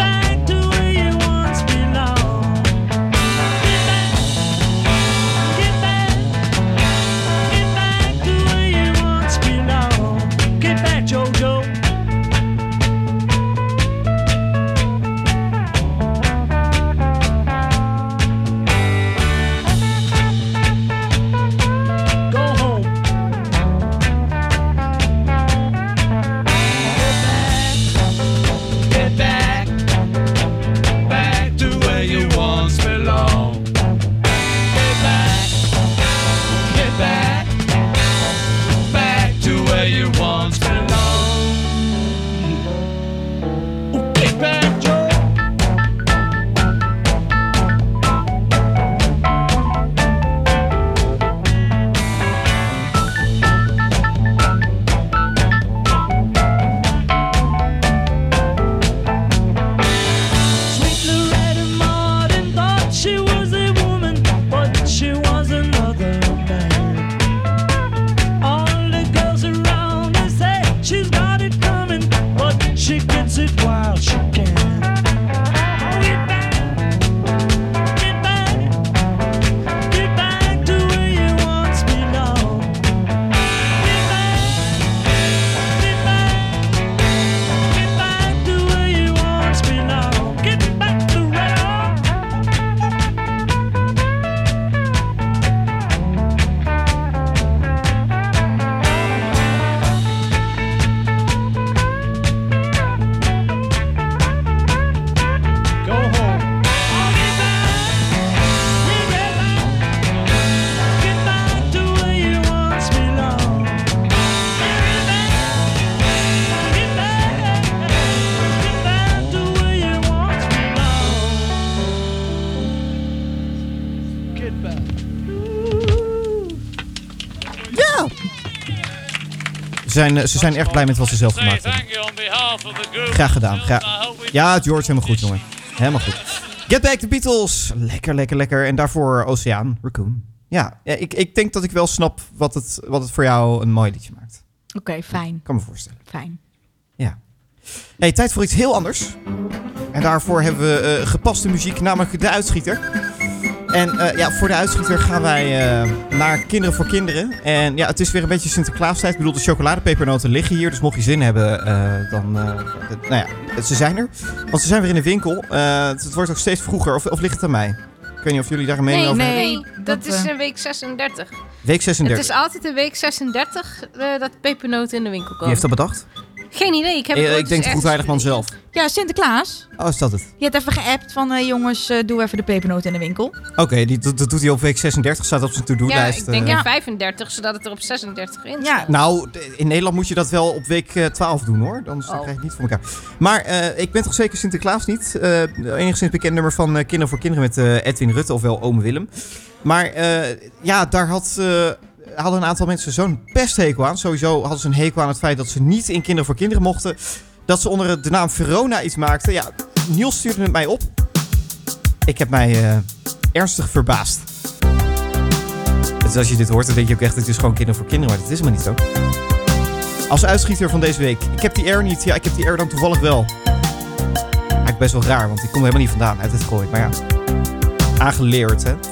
Ze zijn, uh, ze zijn erg blij met wat ze zelf gemaakt hebben. Graag gedaan. Gra- ja, George, helemaal goed, jongen. Helemaal goed. Get Back, the Beatles. Lekker, lekker, lekker. En daarvoor Oceaan, Raccoon. Ja, ja ik, ik denk dat ik wel snap wat het, wat het voor jou een mooi liedje maakt. Oké, okay, fijn. Ik kan me voorstellen. Fijn. Ja. Hey, tijd voor iets heel anders. En daarvoor hebben we uh, gepaste muziek, namelijk de Uitschieter. En uh, ja, voor de Uitschieter gaan wij uh, naar Kinderen voor Kinderen. En ja, het is weer een beetje Sinterklaastijd. Ik bedoel, de chocoladepepernoten liggen hier. Dus mocht je zin hebben, uh, dan... Uh, het, nou ja, ze zijn er. Want ze zijn weer in de winkel. Uh, het, het wordt ook steeds vroeger. Of, of ligt het aan mij? Ik weet niet of jullie daar een mening nee, over nee, hebben. Nee, dat is een week zesendertig. Week zesendertig. Het is altijd een week zesendertig uh, dat pepernoten in de winkel komen. Wie heeft dat bedacht? Geen idee. Ik, heb ik, het ik denk de Goedheiligman zelf. Ja, Sinterklaas. Oh, is dat het? Je hebt even geappt van, uh, jongens, uh, doe even de pepernoten in de winkel. Oké, okay, dat, dat doet hij op week zesendertig, staat op zijn to-do-lijst. Ja, ik denk uh, in vijfendertig, zodat het er op zesendertig in staat. Ja. Nou, in Nederland moet je dat wel op week uh, twaalf doen, hoor. Dan oh. krijg je het niet voor elkaar. Maar uh, ik ben toch zeker Sinterklaas niet. Uh, enigszins bekend nummer van uh, Kinderen voor Kinderen met uh, Edwin Rutte, ofwel Ome Willem. Maar uh, ja, daar had... Uh, hadden een aantal mensen zo'n pesthekel aan. Sowieso hadden ze een hekel aan het feit dat ze niet in Kinderen voor Kinderen mochten. Dat ze onder de naam Verona iets maakten. Ja, Niels stuurde het mij op. Ik heb mij uh, ernstig verbaasd. Dus als je dit hoort, dan denk je ook echt, het is gewoon Kinderen voor Kinderen. Maar dat is maar niet zo. Als uitschieter van deze week. Ik heb die air niet. Ja, ik heb die air dan toevallig wel. Eigenlijk best wel raar, want die komt helemaal niet vandaan uit het gooi. Maar ja, aangeleerd, hè.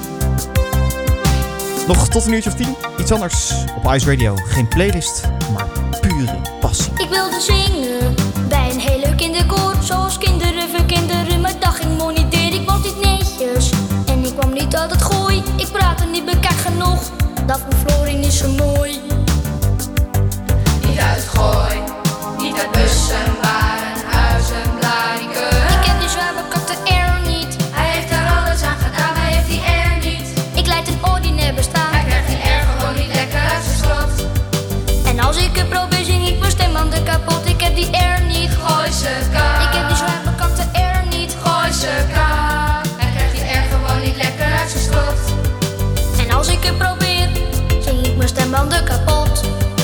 Nog tot een uurtje of tien. Iets anders op Ice Radio. Geen playlist, maar pure passie. Ik wilde zingen bij een heel leuk kinderkoor. Zoals kinderen voor kinderen. Maar dag ging moniteer, ik was niet netjes. En ik kwam niet uit het gooi. Ik praatte niet bekijk genoeg. Dat vond Florin niet zo mooi. Niet uit het gooi, niet uit bussen, waren, huizen, blariken. Ik heb die zwaar bekakte air niet. Hij heeft er alles aan gedaan, hij heeft die air niet. Ik leid een ordinair bestaan. Hij krijgt die air gewoon niet lekker uit zijn slot. En als ik het probeer, zing ik mijn stembanden kapot. Ik heb die air niet. Gooi ze kaart. Ik heb die zwaar bekakte air niet. Gooi ze kaart. Hij krijgt die air gewoon niet lekker uit zijn slot. En als ik het probeer, zing ik mijn stembanden kapot.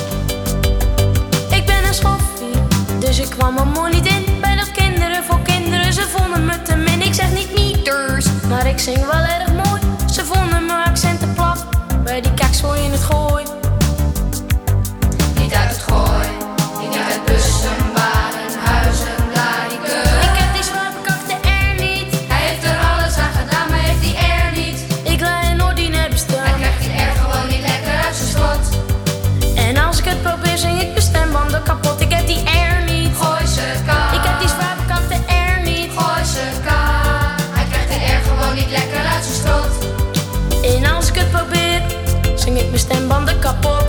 Ik ben een schoffie, dus ik kwam er mooi niet in. Bij dat kinderen voor kinderen, ze vonden me te min. Ik zeg niet meters, maar ik zing wel erg mooi. Ze vonden mijn accenten plat, bij die kaksel in het gooi. Niet uit het gooi, niet uit bussen, baden, huizen, blariken. Ik heb die zwaar bekakte air niet. Hij heeft er alles aan gedaan, maar heeft die air niet. Ik leid een ordinair bestaan. Hij krijgt die air gewoon niet lekker uit zijn slot. En als ik het probeer, zing ik mijn stembanden kapot. Ik heb die air niet. Gooi ze kaart. Ik heb die zwaar bekakte air niet. Gooi ze kaart. Hij krijgt die air gewoon niet lekker uit zijn slot. En als ik het probeer, zing ik mijn stembanden kapot.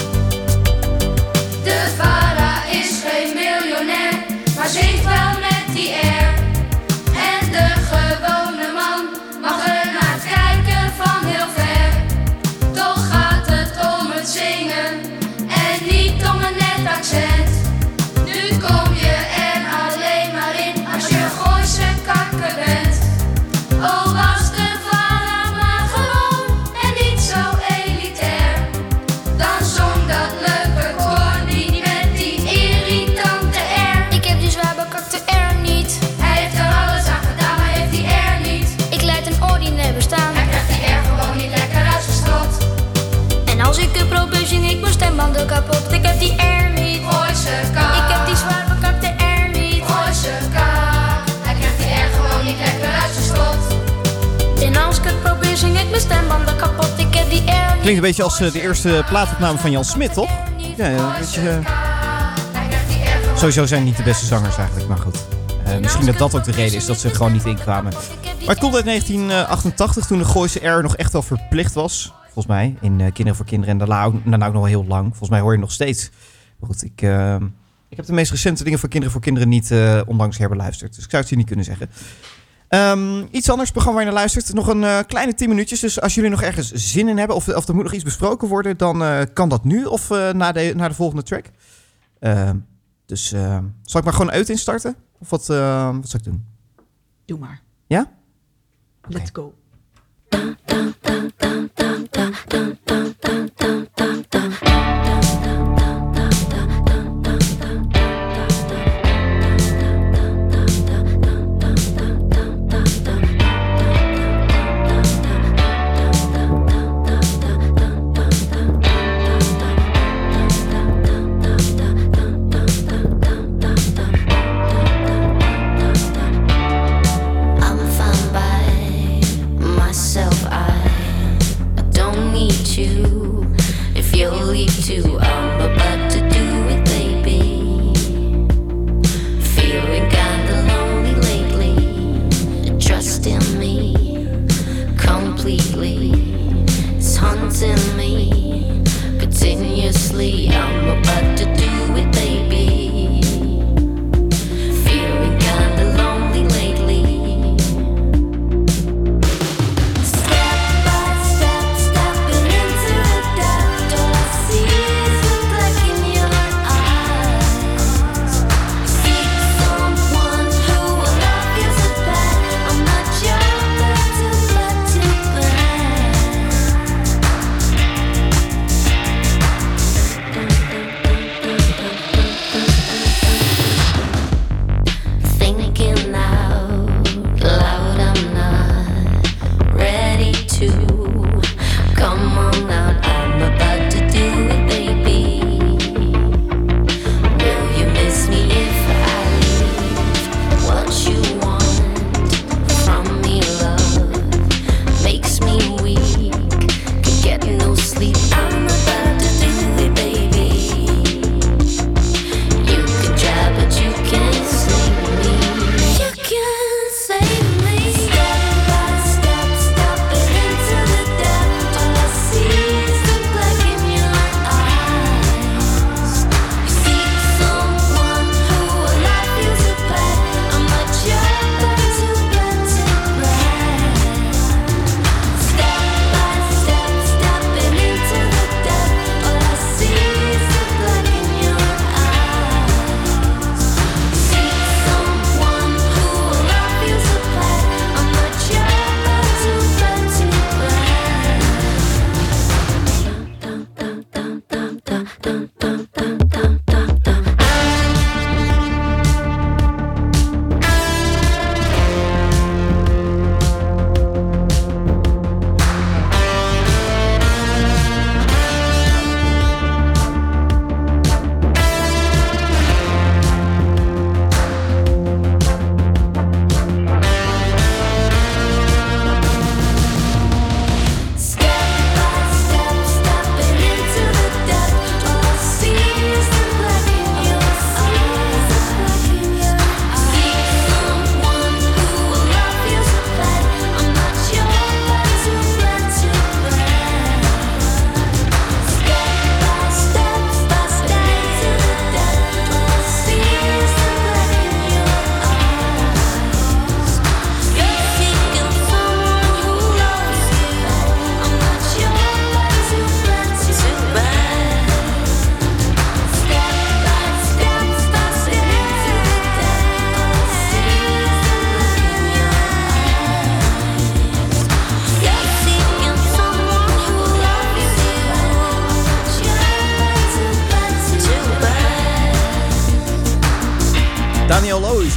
De vara is geen miljonair, maar zingt wel met die air. En de gewone man mag er naar kijken van heel ver. Toch gaat het om het zingen en niet om een net accent. Nu kom je er alleen maar in als je Gooise kakker bent. Oh, was de vara maar gewoon en niet zo elitair. Dan zong dat leuke koor niet met die irritante air. Ik heb die zwaar bekakte air niet. Hij heeft er alles aan gedaan, maar heeft die air niet. Ik leid een ordinair bestaan. Hij krijgt die air gewoon niet lekker uit zijn slot. En als ik het probeer, zing ik mijn stembanden kapot. Ik heb die air niet. Gooi ze kaart. Ik heb die zwaar bekakte air niet. Gooi ze kaart. Hij krijgt die air gewoon niet lekker uit zijn slot. En als ik het probeer, zing ik mijn stembanden kapot. Ik heb die air niet. Klinkt een beetje als uh, de eerste plaatopname van Jan Smit, toch? Ja, ja een beetje, uh... Sowieso zijn het niet de beste zangers eigenlijk, maar goed. Uh, misschien dat dat ook de reden is dat ze gewoon niet inkwamen. Maar het komt uit negentien achtentachtig, toen de Gooise Air nog echt wel verplicht was. Volgens mij, in uh, Kinderen voor Kinderen. En daarna ook, daarna ook nog wel heel lang. Volgens mij hoor je nog steeds. Maar goed, ik, uh, ik heb de meest recente dingen van Kinderen voor Kinderen niet uh, onlangs herbeluisterd. Dus ik zou het je niet kunnen zeggen. Um, iets anders, programma waar je naar luistert. Nog een uh, kleine tien minuutjes. Dus als jullie nog ergens zin in hebben of, of er moet nog iets besproken worden, dan uh, kan dat nu of uh, na, de, na de volgende track. Uh, dus uh, zal ik maar gewoon uit instarten? Of wat, uh, wat zal ik doen? Doe maar. Ja? Let's go.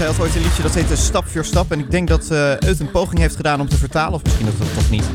Zij had ooit een liedje dat heette Stap voor Stap. En ik denk dat uh, Eut een poging heeft gedaan om te vertalen. Of misschien dat dat toch niet.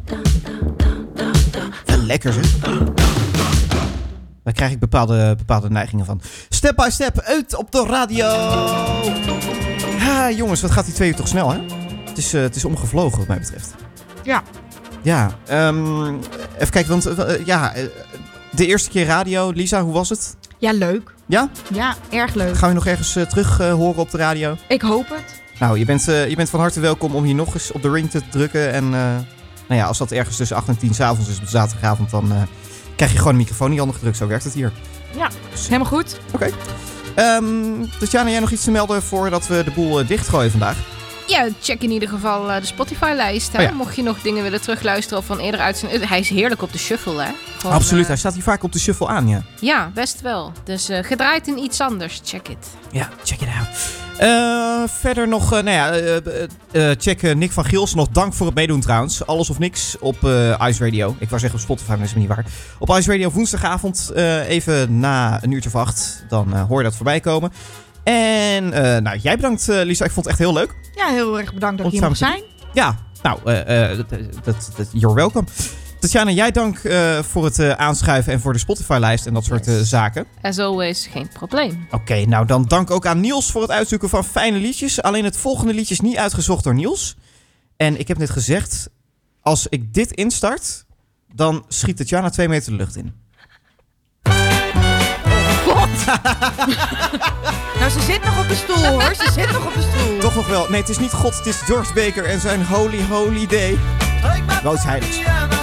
Wel lekker zeg. Daar krijg ik bepaalde, bepaalde neigingen van. Step by step, Eut op de radio. Ha, jongens, wat gaat die twee uur toch snel, hè? Het is, uh, het is omgevlogen wat mij betreft. Ja. Ja, um, even kijken, want uh, ja, uh, de eerste keer radio. Lisa, hoe was het? Ja, leuk. Ja? Ja, erg leuk. Gaan we nog ergens uh, terug uh, horen op de radio? Ik hoop het. Nou, je bent, uh, je bent van harte welkom om hier nog eens op de ring te drukken. En uh, nou ja, als dat ergens tussen acht en tien 's avonds is op zaterdagavond, dan uh, krijg je gewoon een microfoon in je handen gedrukt. Zo werkt het hier. Ja, helemaal goed. Oké. Okay. Um, Tatjana, jij nog iets te melden voordat we de boel uh, dichtgooien vandaag? Ja, check in ieder geval uh, de Spotify-lijst. Hè? Oh ja. Mocht je nog dingen willen terugluisteren of van eerder uitzendingen. Hij is heerlijk op de shuffle, hè? Gewoon, Absoluut, uh, hij staat hier vaak op de shuffle aan, ja. Ja, best wel. Dus uh, gedraaid in iets anders. Check it. Ja, check it out. Uh, verder nog, uh, nou ja, uh, uh, check uh, Nick van Gils. Nog dank voor het meedoen trouwens. Alles of niks op uh, Ice Radio. Ik wou zeggen op Spotify, maar dat is me niet waar. Op Ice Radio woensdagavond, uh, even na een uurtje of acht. Dan uh, hoor je dat voorbij komen. En uh, nou, jij bedankt uh, Lisa, ik vond het echt heel leuk. Ja, heel erg bedankt dat ik hier mag zijn. Ja, nou, uh, uh, dat, dat, you're welcome. Tatjana, jij dank uh, voor het uh, aanschuiven en voor de Spotify-lijst en dat soort uh, zaken. As always, geen probleem. Oké, okay, nou dan dank ook aan Niels voor het uitzoeken van fijne liedjes. Alleen het volgende liedje is niet uitgezocht door Niels. En ik heb net gezegd, als ik dit instart, dan schiet Tatjana twee meter de lucht in. God! Nou, ze zit nog op de stoel, hoor. Ze zit nog op de stoel. Toch nog wel. Nee, het is niet God, het is George Baker en zijn Holy Holy Day. Wel iets heiligs.